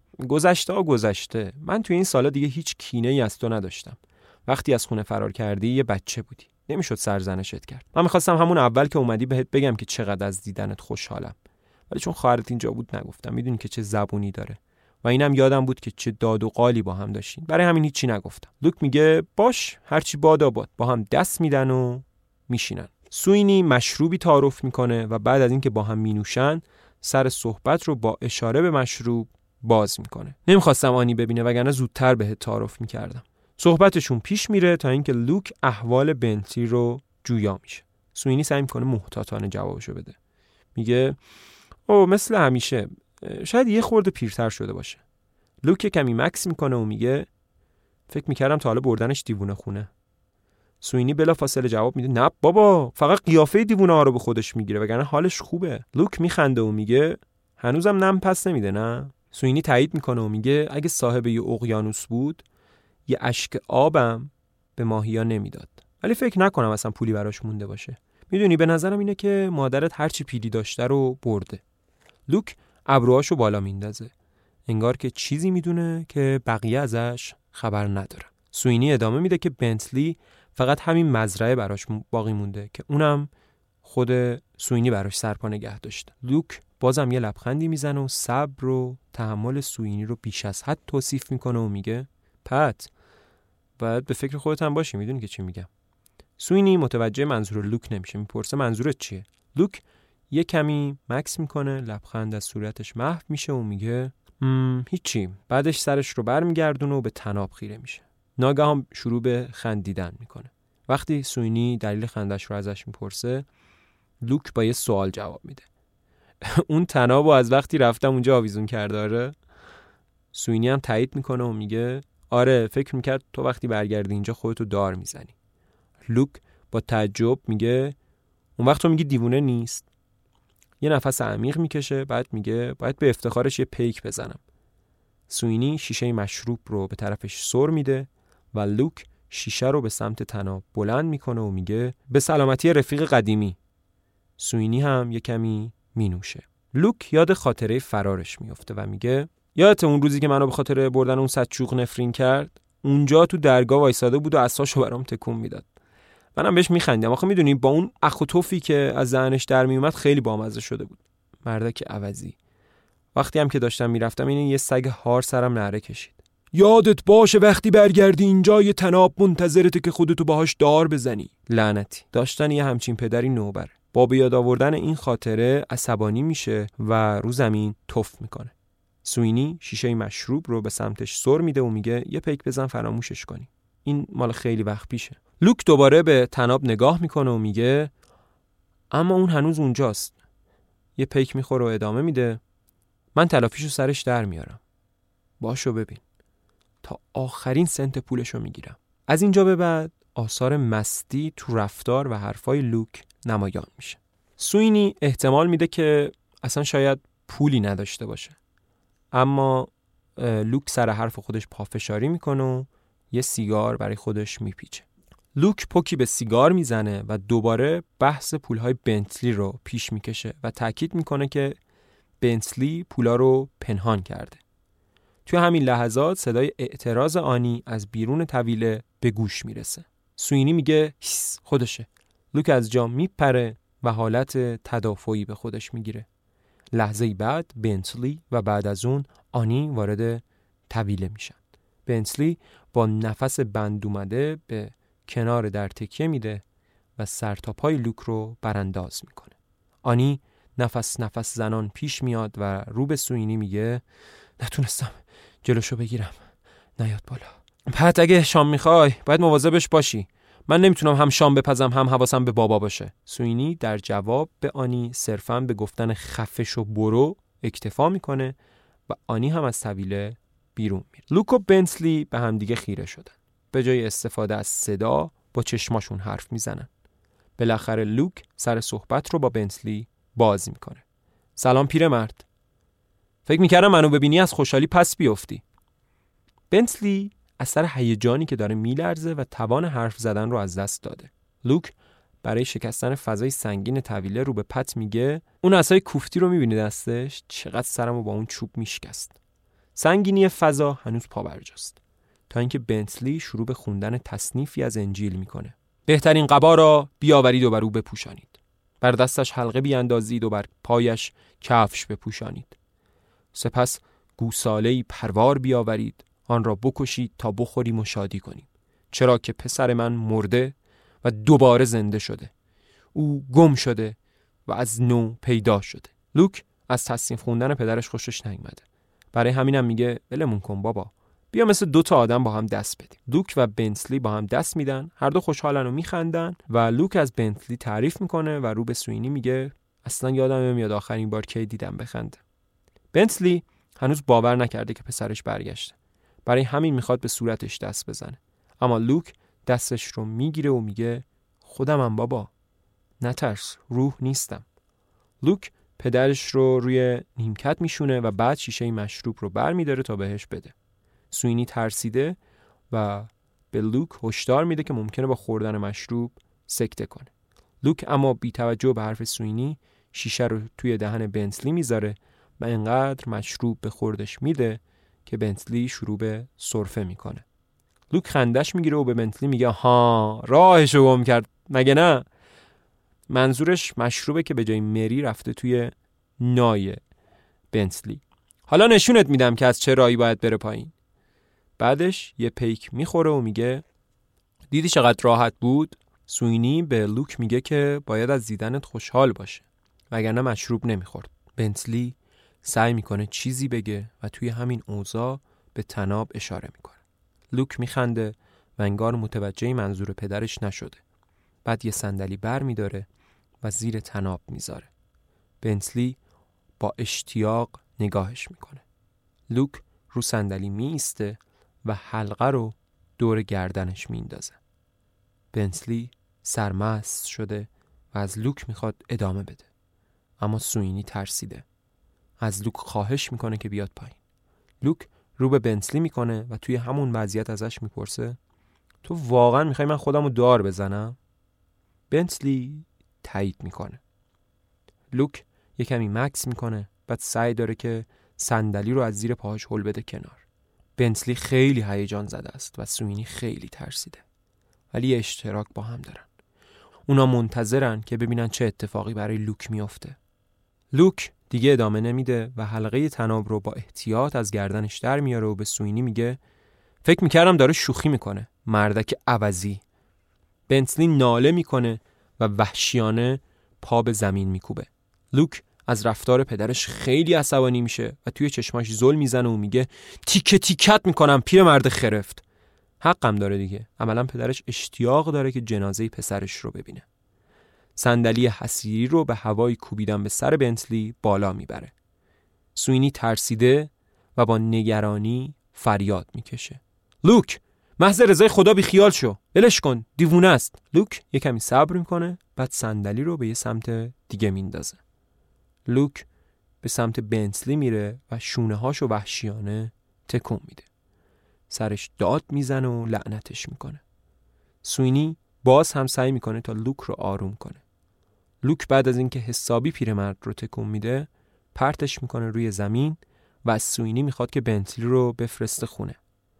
گذشته. من توی این سالا دیگه هیچ کینه‌ای از تو نداشتم. وقتی از خونه فرار کردی یه بچه بودی. نمیشد سرزنشت کرد. من میخواستم همون اول که اومدی بهت بگم که چقدر از دیدنت خوشحالم. ولی چون خواهرت اینجا بود نگفتم. میدونی که چه زبونی داره. و اینم یادم بود که چه داد و قالی با هم داشتین. برای همین هیچی نگفتم. لوک میگه باش هرچی باد. با هم دست میدن و میشینن. سوینی مشروبی تعارف میکنه و بعد از اینکه با هم مینوشن سر صحبت رو با اشاره به مشروب باز میکنه. نمیخواستم آنی ببینه وگرنه زودتر بهت تعارف میکردم. صحبتشون پیش میره تا اینکه لوک احوال بنتلی رو جویا میشه. سوینی سعی میکنه محتاطانه جوابشو بده. میگه مثل همیشه شاید یه خورده پیرتر شده باشه. لوک کمی مکس میکنه و میگه فکر میکردم تا حالا بردنش دیوونه خونه. سوینی بلافاصله جواب میده نه بابا فقط قیافه دیوونه ها رو به خودش میگیره وگرنه حالش خوبه. لوک میخنده و میگه هنوزم نم پس نمیده نه؟ سوینی تایید میکنه و میگه اگه صاحب یه اقیانوس بود یه اشک آبم به ماهیا نمیداد. ولی فکر نکنم اصلا پولی براش مونده باشه. میدونی به نظرم اینه که مادرت هرچی پیلی داشته رو برده. لوک ابروهاشو بالا میندازه. انگار که چیزی میدونه که بقیه ازش خبر نداره. سوینی ادامه میده که بنتلی فقط همین مزرعه براش باقی مونده که اونم خود سوینی براش سرپا نگه داشته. لوک بازم یه لبخندی میزنه و صبر و تحمل سوینی رو بیش از حد توصیف میکنه و میگه پت باید به فکر خودت هم باشی. میدونی که چی میگم. سوینی متوجه منظور لوک نمیشه. میپرسه منظورت چیه؟ لوک یه کمی مکس میکنه، لبخند از صورتش محو میشه و میگه هیچی. بعدش سرش رو برمیگردونه و به طناب خیره میشه. ناگهان شروع به خندیدن میکنه. وقتی سوینی دلیل خندش رو ازش میپرسه لوک با یه سوال جواب میده. اون طنابو از وقتی رفتم اونجا آویزون کرده آره؟ سوینی هم تایید میکنه و میگه آره فکر میکرد تو وقتی برگردی اینجا خودتو دار میزنی. لوک با تعجب میگه اون وقت تو میگی دیوونه نیست؟ یه نفس عمیق میکشه بعد میگه باید به افتخارش یه پیک بزنم. سوینی شیشه مشروب رو به طرفش سر میده و لوک شیشه رو به سمت طناب بلند میکنه و میگه به سلامتی رفیق قدیمی. سوینی هم یه کمی مینوشه. لوک یاد خاطره فرارش میفته و میگه یادت اون روزی که منو به خاطر بردن اون سچوق نفرین کرد؟ اونجا تو درگاه وایساده بود و عصاشو برام تکون میداد. منم بهش میخندم. آخه میدونی با اون اخ و توفی که از ذهنش در میومد خیلی بامزه شده بود. مردک عوضی. وقتی هم که داشتم میرفتم این یه سگ هار سرم نعره کشید. یادت باشه وقتی برگردی اینجا یه تناب منتظرته که خودتو باهاش دار بزنی. لعنتی، داشتن یه همچین پدری نوبره. با به یاد آوردن این خاطره عصبانی میشه و رو زمین تف میکنه. سوینی شیشه مشروب رو به سمتش سر میده و میگه یه پیک بزن فراموشش کنی. این مال خیلی وقت پیشه. لوک دوباره به تناب نگاه میکنه و میگه اما اون هنوز اونجاست. یه پیک میخوره و ادامه میده من تلافیشو سرش در میارم. باشو ببین. تا آخرین سنت پولشو میگیرم. از اینجا به بعد آثار مستی تو رفتار و حرفای لوک نمایان میشه. سوینی احتمال میده که اصلا شاید پولی نداشته باشه. اما لوک سر حرف خودش پافشاری میکنه و یه سیگار برای خودش میپیچه. لوک پوکی به سیگار میزنه و دوباره بحث پولهای بنتلی رو پیش میکشه و تاکید میکنه که بنتلی پولا رو پنهان کرده. توی همین لحظات صدای اعتراض آنی از بیرون طویله به گوش میرسه. سوینی میگه هیس خودشه. لوک از جا میپره و حالت تدافعی به خودش میگیره. لحظه‌ای بعد بنتلی و بعد از اون آنی وارد طویله میشن. بنتلی با نفس بند اومده به کنار در تکیه میده و سر تا پای لوک رو برانداز میکنه. آنی نفس زنان پیش میاد و رو به سوینی میگه نتونستم جلوشو بگیرم، نیاد بالا. پت اگه شام میخوای باید مواظبش باشی. من نمیتونم هم شام بپزم هم حواسم به بابا باشه. سوینی در جواب به آنی صرفاً به گفتن خفش و برو اکتفا میکنه و آنی هم از طویله بیرون میره. لوک و بنتلی به هم دیگه خیره شدن. به جای استفاده از صدا با چشماشون حرف میزنن. بالاخره لوک سر صحبت رو با بنتلی باز میکنه. سلام پیرمرد. فکر میکردم منو ببینی از خوشحالی پس بیفتی. بنتلی از سر هیجانی که داره میلرزه و توان حرف زدن رو از دست داده. لوک برای شکستن فضای سنگین طویله رو به پت میگه اون عصای کوفتی رو میبینی دستش؟ چقدر سرمو با اون چوب میشکست. سنگینی فضا هنوز پابرجاست تا اینکه بنتلی شروع به خوندن تصنیفی از انجیل میکنه. بهترین قبا را بیاورید و بر او بپوشانید. بر دستش حلقه بیاندازید و بر پایش کفش بپوشانید. سپس گوساله‌ای پروار بیاورید، آن را بکشید تا بخوریم و شادی کنیم، چرا که پسر من مرده و دوباره زنده شده. او گم شده و از نو پیدا شده. لوک از تصنیف خوندن پدرش خوشش نیامده. برای همینم میگه ولمون کن بابا، بیا مثل 2 تا آدم با هم دست بدیم. لوک و بنتلی با هم دست میدن، هر دو خوشحالن و میخندن و لوک از بنتلی تعریف میکنه و رو به سوینی میگه اصلا یادم نمیاد آخرین بار کی دیدم بخنده. بنتلی هنوز باور نکرده که پسرش برگشته. برای همین میخواد به صورتش دست بزنه. اما لوک دستش رو میگیره و میگه خودمم بابا، نترس، روح نیستم. لوک پدرش رو روی نیمکت میشونه و بعد شیشه مشروب رو بر میداره تا بهش بده. سوینی ترسیده و به لوک هشدار میده که ممکنه با خوردن مشروب سکته کنه. لوک اما بی توجه به حرف سوینی شیشه رو توی دهن بنتلی میذاره و انقدر مشروب به خوردش میده که بنتلی شروع به سرفه میکنه. لوک خندش میگیره و به بنتلی میگه ها راهشو گم کرد مگه نه؟ منظورش مشروبه که به جای مری رفته توی نای بنتلی. حالا نشونت میدم که از چه راهی باید بره پایین. بعدش یه پیک میخوره و میگه دیدی چقدر راحت بود؟ سوینی به لوک میگه که باید از دیدنت خوشحال باشه وگرنه مشروب نمیخورد. بنتلی سعی میکنه چیزی بگه و توی همین اوضاع به تناب اشاره میکنه. لوک میخنده و انگار متوجه منظور پدرش نشده. بعد یه صندلی بر میداره و زیر تناب میذاره. بنتلی با اشتیاق نگاهش میکنه. لوک رو صندلی میسته و حلقه رو دور گردنش میندازه. بنتلی سرمست شده و از لوک میخواد ادامه بده. اما سوینی ترسیده. از لوک خواهش میکنه که بیاد پایین. لوک رو به بنتلی میکنه و توی همون وضعیت ازش میپرسه تو واقعا میخوای من خودمو دار بزنم؟ بنتلی تایید میکنه. لوک یه کمی مکس میکنه، بعد سعی داره که صندلی رو از زیر پاهاش هل بده کنار. بنتلی خیلی هیجان زده است و سوینی خیلی ترسیده. ولی یه اشتراک با هم دارن. اونا منتظرن که ببینن چه اتفاقی برای لوک میفته. لوک دیگه ادامه نمیده و حلقه تناب رو با احتیاط از گردنش در میاره و به سوینی میگه فکر میکردم داره شوخی میکنه. مردک عوضی. بنتلی ناله میکنه و وحشیانه پا به زمین میکوبه. لوک از رفتار پدرش خیلی عصبانی میشه و توی چشماش زل میزنه و میگه تیکه تیکت میکنم پیرمرد خرفت. حقم داره دیگه. عملا پدرش اشتیاق داره که جنازه پسرش رو ببینه. صندلی حصیری رو به هوای کوبیدن به سر بنتلی بالا میبره. سوینی ترسیده و با نگرانی فریاد میکشه. لوک، محض رضای خدا بی خیال شو. ولش کن، دیوونه است. لوک یه کمی صبر میکنه، بعد صندلی رو به یه سمت دیگه میندازه. لوک به سمت بنتلی میره و شونه هاشو وحشیانه تکون میده. سرش داد میزنه و لعنتش میکنه. سوینی باز هم سعی میکنه تا لوک رو آروم کنه. لوک بعد از اینکه حسابی پیرمرد رو تکون میده، پرتش میکنه روی زمین و از سوینی میخواد که بنتلی رو بفرسته خونه.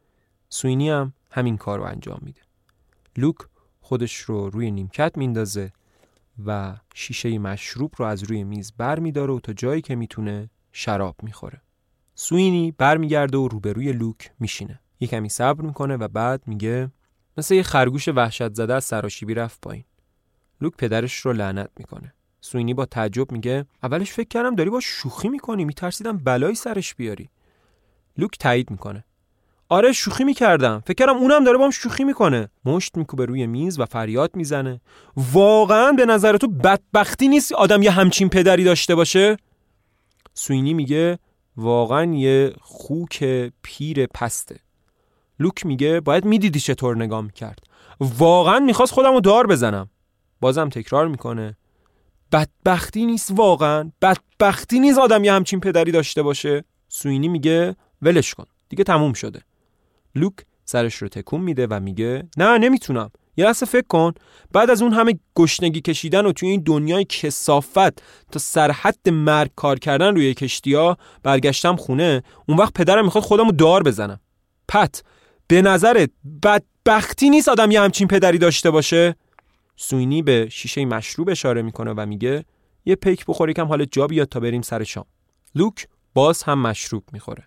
سوینی هم همین کار رو انجام میده. لوک خودش رو روی نیمکت میندازه و شیشه مشروب رو از روی میز بر میداره و تا جایی که میتونه شراب میخوره. سوینی برمیگرده و روبروی لوک میشینه. یه کمی صبر میکنه و بعد میگه مثل یه خرگوش وحشت زده از سراشیبی رفت پایین. لوک پدرش رو لعنت میکنه. سوینی با تعجب میگه اولش فکر کردم داری با شوخی میکنی، میترسیدم بلایی سرش بیاری. لوک تایید میکنه. آره شوخی میکردم، فکر کردم اونم داره باهم شوخی میکنه. مشت میکوبه روی میز و فریاد میزنه واقعا به نظر تو بدبختی نیست آدم یه همچین پدری داشته باشه؟ سوینی میگه واقعا یه خوک پیر پسته. لوک میگه باید میدیدی چطور نگاه میکرد. واقعا میخواست خودمو دار بزنم. بازم تکرار میکنه بدبختی نیست، واقعا بدبختی نیست آدم یه همچین پدری داشته باشه. سوینی میگه ولش کن دیگه تموم شده. لوک سرش رو تکون میده و میگه نه نمیتونم. یه لحظه فکر کن، بعد از اون همه گشنگی کشیدن و توی این دنیای کثافت تا سرحد مرگ کار کردن روی کشتی‌ها برگشتم خونه، اون وقت پدرم میخواد خودمو دار بزنم. پت به نظرت بدبختی نیست آدم یه همچین پدری داشته باشه؟ سوینی به شیشه مشروب اشاره میکنه و میگه یه پیک بخور یکم حالت جا بیاد تا بریم سر شام. لوک باز هم مشروب میخوره.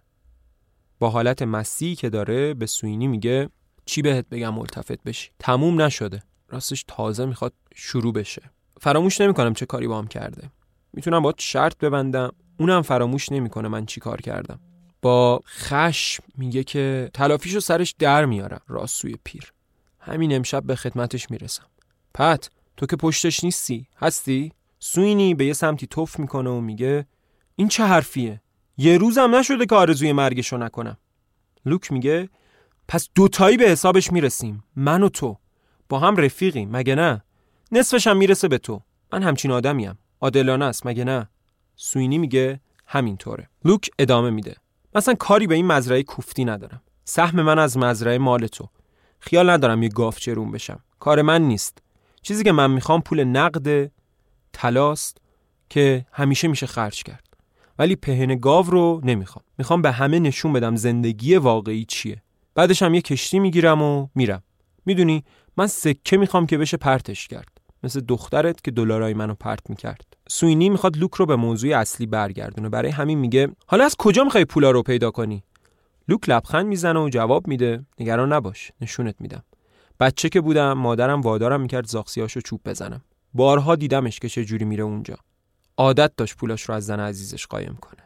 با حالت مستی که داره به سوینی میگه چی بهت بگم ملتفت بشی، تموم نشده، راستش تازه میخواد شروع بشه. فراموش نمیکنم چه کاری باهم کرده. میتونم باهات شرط ببندم اونم فراموش نمیکنه من چی کار کردم. با خشم میگه که تلافیشو سرش در میارم. راسوی پیر. همین امشب به خدمتش میرسم. پت تو که پشتش نیستی، هستی؟ سوینی به یه سمتی تف میکنه و میگه این چه حرفیه؟ یه روزم نشده که آرزوی مرگشو نکنم. لوک میگه پس دوتایی به حسابش میرسیم، من و تو با هم رفیقیم مگه نه؟ نصفش هم میرسه به تو. من همچین آدمیم، عادلانه است مگه نه؟ سوینی میگه همینطوره. لوک ادامه میده مثلا کاری به این مزرعه کوفتی ندارم. سهم من از مزرعه مال تو. خیال ندارم یه گاف چرون بشم. کار من نیست. چیزی که من میخوام پول نقد طلاست که همیشه میشه خرج کرد. ولی پهن گاو رو نمیخوام. میخوام به همه نشون بدم زندگی واقعی چیه. بعدش هم یه کشتی میگیرم و میرم. میدونی من سکه میخوام که بشه پرتش کرد. مثل دخترت که دلارای منو پرت میکرد. سوینی میخواد لوک رو به موضوع اصلی برگردونه. برای همین میگه حالا از کجا میخوای پولا رو پیدا کنی؟ لوک لبخند میزنه و جواب میده نگران نباش، نشونت میدم. بچه که بودم مادرم وادارم میکرد زاغسیاشو چوب بزنم. بارها دیدمش که چه جوری میره اونجا. عادت داشت پولاش رو از زن عزیزش قایم کنه.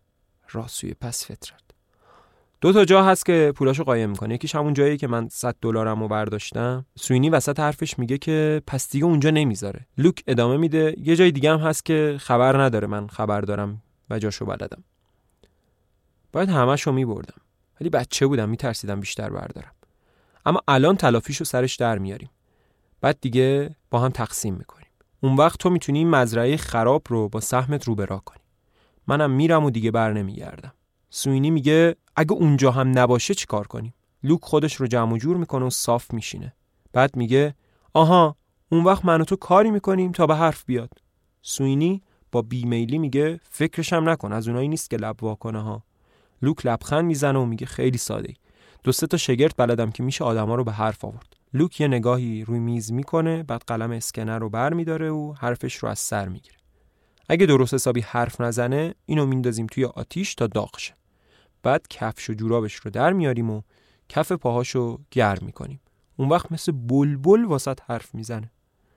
راسوی پس فطرت. 2 جا هست که پولاشو قایم میکنه. یکیش همون جایی که من $100 رو برداشتم. سوینی وسط حرفش میگه که پس دیگه اونجا نمیذاره. لوک ادامه میده یه جای دیگه هم هست که خبر نداره من خبر دارم و جاشو بلدم. باید همه‌شو میبردم. ولی بچه بودم میترسیدم بیشتر بردارم. اما الان تلافیشو سرش در میاریم. بعد دیگه با هم تقسیم میکنیم. اون وقت تو میتونی این مزرعه خراب رو با سهمت رو برا کنی. منم میرم و دیگه بر نمیگردم. سوینی میگه اگه اونجا هم نباشه چی کار کنیم؟ لوک خودش رو جمع و جور میکنه و صاف میشینه. بعد میگه آها اون وقت من و تو کاری میکنیم تا به حرف بیاد. سوینی با بیمیلی میگه فکرش هم نکن، از اونایی نیست که لب واکنه ها. لوک لبخند میزنه و میگه خیلی ساده‌ای. 2-3 تا شگرد بلدم که میشه آدما رو به حرف آورد. لوک یه نگاهی روی میز میکنه، بعد قلم اسکنر رو برمی‌داره و حرفش رو از سر میگیره. اگه درست حسابی حرف نزنه اینو میندازیم توی آتیش تا داغ شه. بعد کفش و جورابش رو در میاریم و کف پاهاشو گرم میکنیم. اون وقت مثل بلبل واسط حرف میزنه.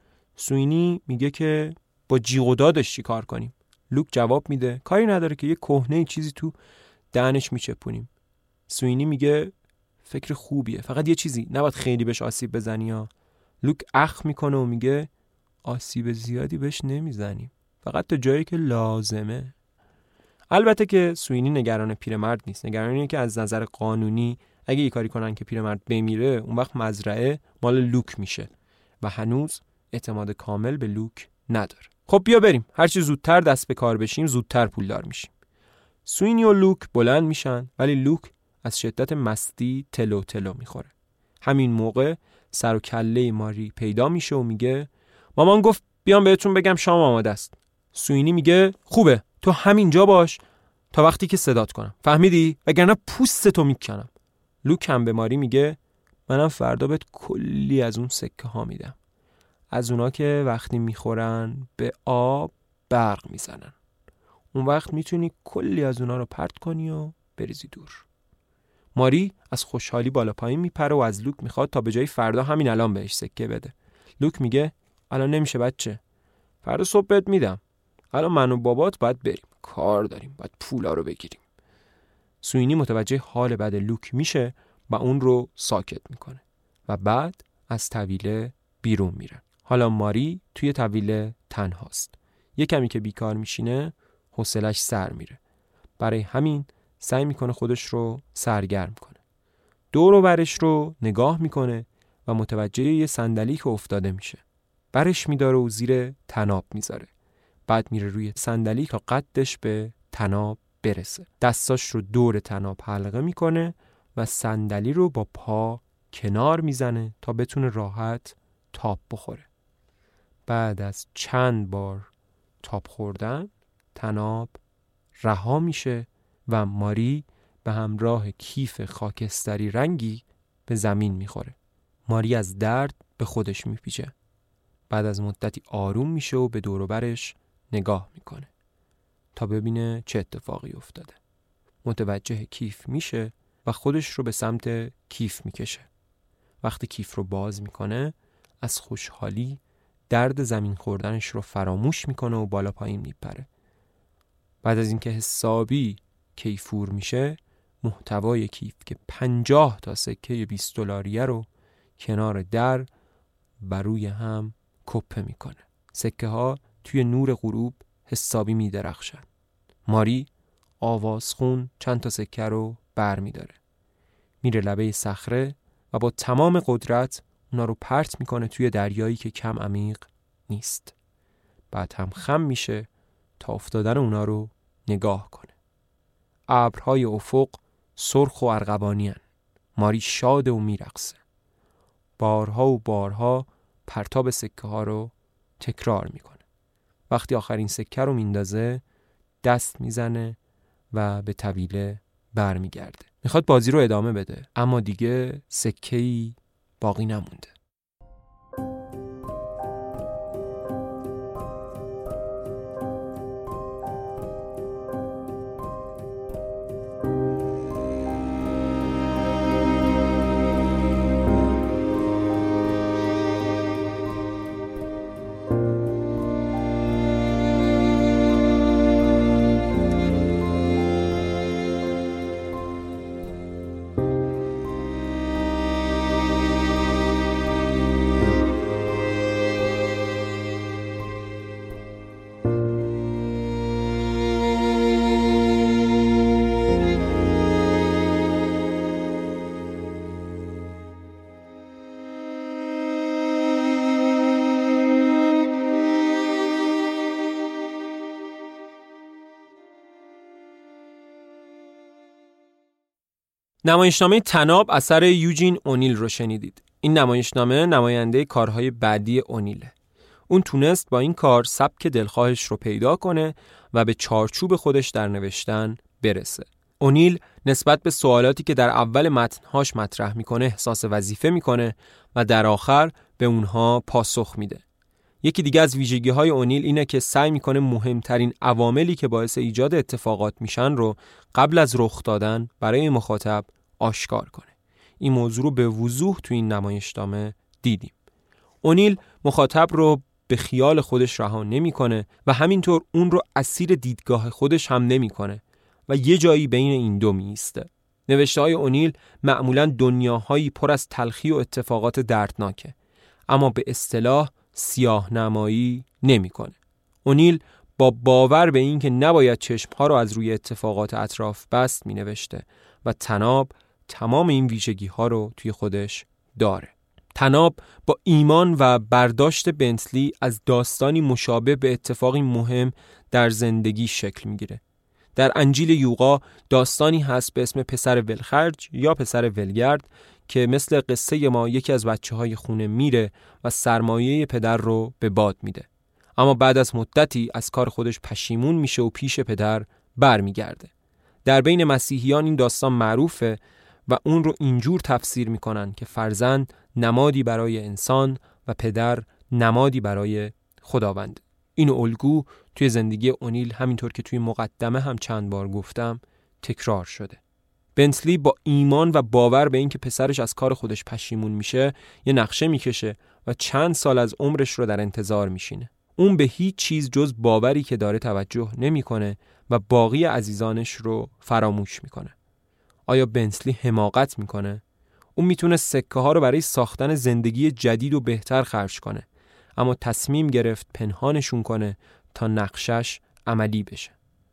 سوینی میگه که با جیغ و دادش چی کار کنیم. لوک جواب میده کاری نداره که یه کهنه چیزی تو دهنش میچپونیم. سوینی میگه فکر خوبیه، فقط یه چیزی، نباید خیلی بهش آسیب بزنی ها. لوک اخ میکنه و میگه آسیب زیادی بهش نمیزنیم، فقط تا جایی که لازمه. البته که سوینی نگران پیرمرد نیست، نگران اینه که از نظر قانونی اگه یه کاری کنن که پیرمرد بمیره، اون وقت مزرعه مال لوک میشه و هنوز اعتماد کامل به لوک نداره. خب بیا بریم، هرچی زودتر دست به کار بشیم زودتر پولدار میشیم. سوینی و لوک بلند میشن، ولی لوک از شدت مستی تلو تلو میخوره. همین موقع سر و کله ماری پیدا میشه و میگه مامان گفت بیام بهتون بگم شام آماده است. سوینی میگه خوبه، تو همینجا باش تا وقتی که صدات کنم، فهمیدی؟ وگرنه پوستتو میکنم. لوک هم به ماری میگه منم فردا بهت کلی از اون سکه ها میدم، از اونا که وقتی میخورن به آب برق میزنن. اون وقت میتونی کلی از اونا رو پرت کنی و بریزی دور. ماری از خوشحالی بالا پایین میپره و از لوک میخواد تا به جای فردا همین الان بهش سکه بده. لوک میگه الان نمیشه بچه، فردا صبح بهت میدم، الان من و بابات باید بریم، کار داریم، باید پولا رو بگیریم. سوینی متوجه حال بد لوک میشه و اون رو ساکت میکنه و بعد از طویله بیرون میرن. حالا ماری توی طویله تنهاست. یه کمی که بیکار میشینه حوصله‌اش سر میره. برای همین سعی میکنه خودش رو سرگرم کنه. دور و برش رو نگاه میکنه و متوجه یه صندلی که افتاده میشه. برش میداره و زیر طناب میذاره. بعد میره روی صندلی تا قدش به طناب برسه. دستاش رو دور طناب حلقه میکنه و صندلی رو با پا کنار میزنه تا بتونه راحت تاب بخوره. بعد از چند بار تاب خوردن طناب رها میشه و ماری به همراه کیف خاکستری رنگی به زمین میخوره. ماری از درد به خودش میپیچه. بعد از مدتی آروم میشه و به دور و برش نگاه میکنه تا ببینه چه اتفاقی افتاده. متوجه کیف میشه و خودش رو به سمت کیف میکشه. وقتی کیف رو باز میکنه از خوشحالی درد زمین خوردنش رو فراموش میکنه و بالا پایین میپره. بعد از اینکه حسابی کیفور میشه، محتوای کیف که 50 تا سکه 20 دلاریه رو کنار در بر روی هم کپه میکنه. سکه ها توی نور غروب حسابی میدرخشن. ماری آوازخون چند تا سکه رو بر میداره. میره لبه صخره و با تمام قدرت اونا رو پرت میکنه توی دریایی که کم عمیق نیست. بعد هم خم میشه تا افتادن اونا رو نگاه کنه. ابرهای افق سرخ و ارغوانی هن. ماری شاده و میرقصه. بارها و بارها پرتاب سکه ها رو تکرار میکنه. وقتی آخرین سکه رو میندازه دست میزنه و به طویله برمیگرده. میخواد بازی رو ادامه بده، اما دیگه سکه‌ای باقی نمونده. نمایشنامه طناب اثر یوجین اونیل رو شنیدید. این نمایشنامه نماینده کارهای بعدی اونیله. اون تونست با این کار سبک دلخواهش رو پیدا کنه و به چارچوب خودش در نوشتن برسه. اونیل نسبت به سوالاتی که در اول متنهاش مطرح میکنه احساس وظیفه میکنه و در آخر به اونها پاسخ میده. یکی دیگه از ویژگی‌های اونیل اینه که سعی میکنه مهمترین عواملی که باعث ایجاد اتفاقات میشن رو قبل از رخ دادن برای مخاطب آشکار کنه. این موضوع رو به وضوح تو این نمایشنامه دیدیم. اونیل مخاطب رو به خیال خودش رها نمی‌کنه و همینطور اون رو اسیر دیدگاه خودش هم نمی‌کنه و یه جایی بین این دو میسته. نوشته‌های اونیل معمولاً دنیاهایی پر از تلخی و اتفاقات دردناکه، اما به اصطلاح سیاه‌نمایی نمی‌کنه. اونیل با باور به این که نباید چشم‌ها رو از روی اتفاقات اطراف بست می‌نوشته و طناب تمام این ویژگی‌ها رو توی خودش داره. طناب با ایمان و برداشت بنتلی از داستانی مشابه به اتفاقی مهم در زندگی شکل می‌گیره. در انجیل یوقا داستانی هست به اسم پسر ولخرج یا پسر ولگرد که مثل قصه ما یکی از بچه‌های خونه میره و سرمایه پدر رو به باد میده. اما بعد از مدتی از کار خودش پشیمون میشه و پیش پدر برمیگرده. در بین مسیحیان این داستان معروفه و اون رو اینجور تفسیر میکنن که فرزند نمادی برای انسان و پدر نمادی برای خداوند. این الگو توی زندگی اونیل همینطور که توی مقدمه هم چند بار گفتم تکرار شده. بنتلی با ایمان و باور به این که پسرش از کار خودش پشیمون میشه یه نقشه میکشه و چند سال از عمرش رو در انتظار میشینه. اون به هیچ چیز جز باوری که داره توجه نمیکنه و باقی عزیزانش رو فراموش میکنه. آیا بنتلی حماقت میکنه؟ اون میتونه سکه ها رو برای ساختن زندگی جدید و بهتر خرج کنه، اما تصمیم گرفت پنهانشون کنه تا نقشش عملی بشه.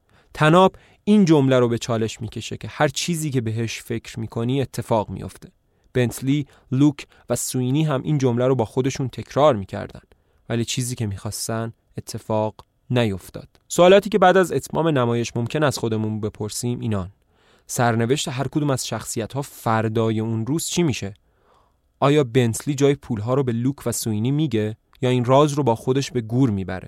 طناب این جمله رو به چالش میکشه که هر چیزی که بهش فکر میکنی اتفاق میفته. بنتلی، لوک و سوینی هم این جمله رو با خودشون تکرار میکردن، ولی چیزی که میخواستن اتفاق نیفتاد. سوالاتی که بعد از اتمام نمایش ممکن از خودمون بپرسیم اینان: سرنوشت هر کدوم از شخصیت‌ها فردای اون روز چی میشه؟ آیا بنتلی جای پولها رو به لوک و سوینی میگه یا این راز رو با خودش به گور میبره؟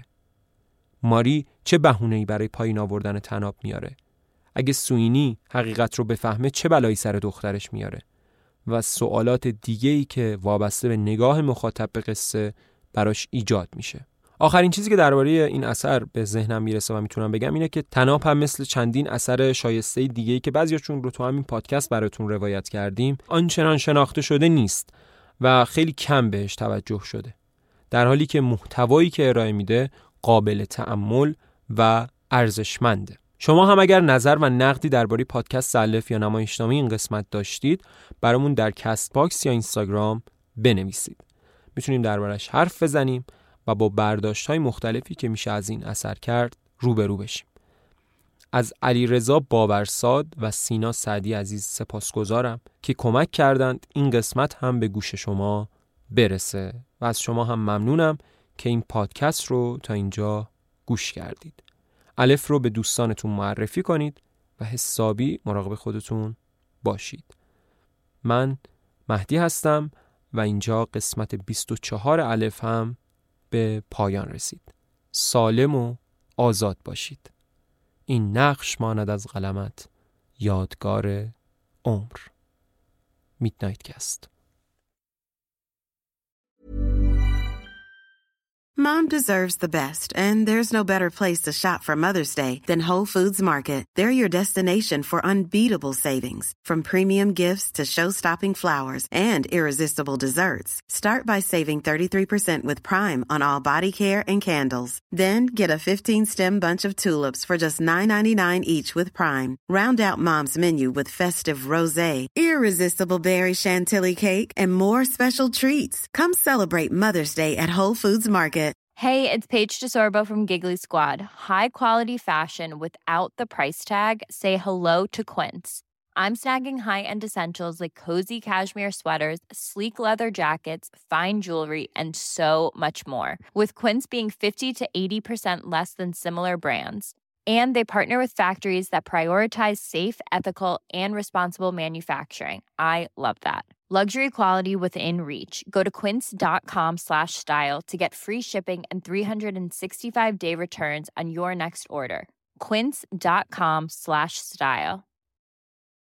ماری چه بهونه‌ای برای پایین آوردن طناب میاره؟ اگه سوینی حقیقت رو بفهمه چه بلایی سر دخترش میاره؟ و سوالات دیگه‌ای که وابسته به نگاه مخاطب به قصه براش ایجاد میشه. آخرین چیزی که درباره این اثر به ذهنم میرسه و میتونم بگم اینه که طناب هم مثل چندین اثر شایسته دیگه‌ای که بعضیاشون رو تو همین پادکست براتون روایت کردیم آنچنان شناخته شده نیست و خیلی کم بهش توجه شده، در حالی که محتوایی که ارائه میده قابل تأمل و ارزشمنده. شما هم اگر نظر و نقدی درباره پادکست الف یا نمایشنامه این قسمت داشتید برامون در کست باکس یا اینستاگرام بنویسید. میتونیم دربارش حرف بزنیم و با برداشت‌های مختلفی که میشه از این اثر کرد روبرو بشیم. از علیرضا باورساد و سینا سعدی عزیز سپاسگزارم که کمک کردند این قسمت هم به گوش شما برسه و از شما هم ممنونم که این پادکست رو تا اینجا گوش کردید. الف رو به دوستانتون معرفی کنید و حسابی مراقب خودتون باشید. من مهدی هستم و اینجا قسمت 24 الف هم به پایان رسید. سالم و آزاد باشید. این نقش ماند از قلمت یادگار عمر. میدنایت کست. Mom deserves the best, and there's no better place to shop for Mother's Day than Whole Foods Market. They're your destination for unbeatable savings, from premium gifts to show-stopping flowers and irresistible desserts. Start by saving 33% with Prime on all body care and candles. Then get a 15-stem bunch of tulips for just $9.99 each with Prime. Round out Mom's menu with festive rosé, irresistible berry chantilly cake, and more special treats. Come celebrate Mother's Day at Whole Foods Market. Hey, it's Paige DeSorbo from Giggly Squad. High quality fashion without the price tag. Say hello to Quince. I'm snagging high-end essentials like cozy cashmere sweaters, sleek leather jackets, fine jewelry, and so much more. With Quince being 50 to 80% less than similar brands. And they partner with factories that prioritize safe, ethical, and responsible manufacturing. I love that. Luxury quality within reach. Go to quince.com/style to get free shipping and 365-day returns on your next order. Quince.com/style.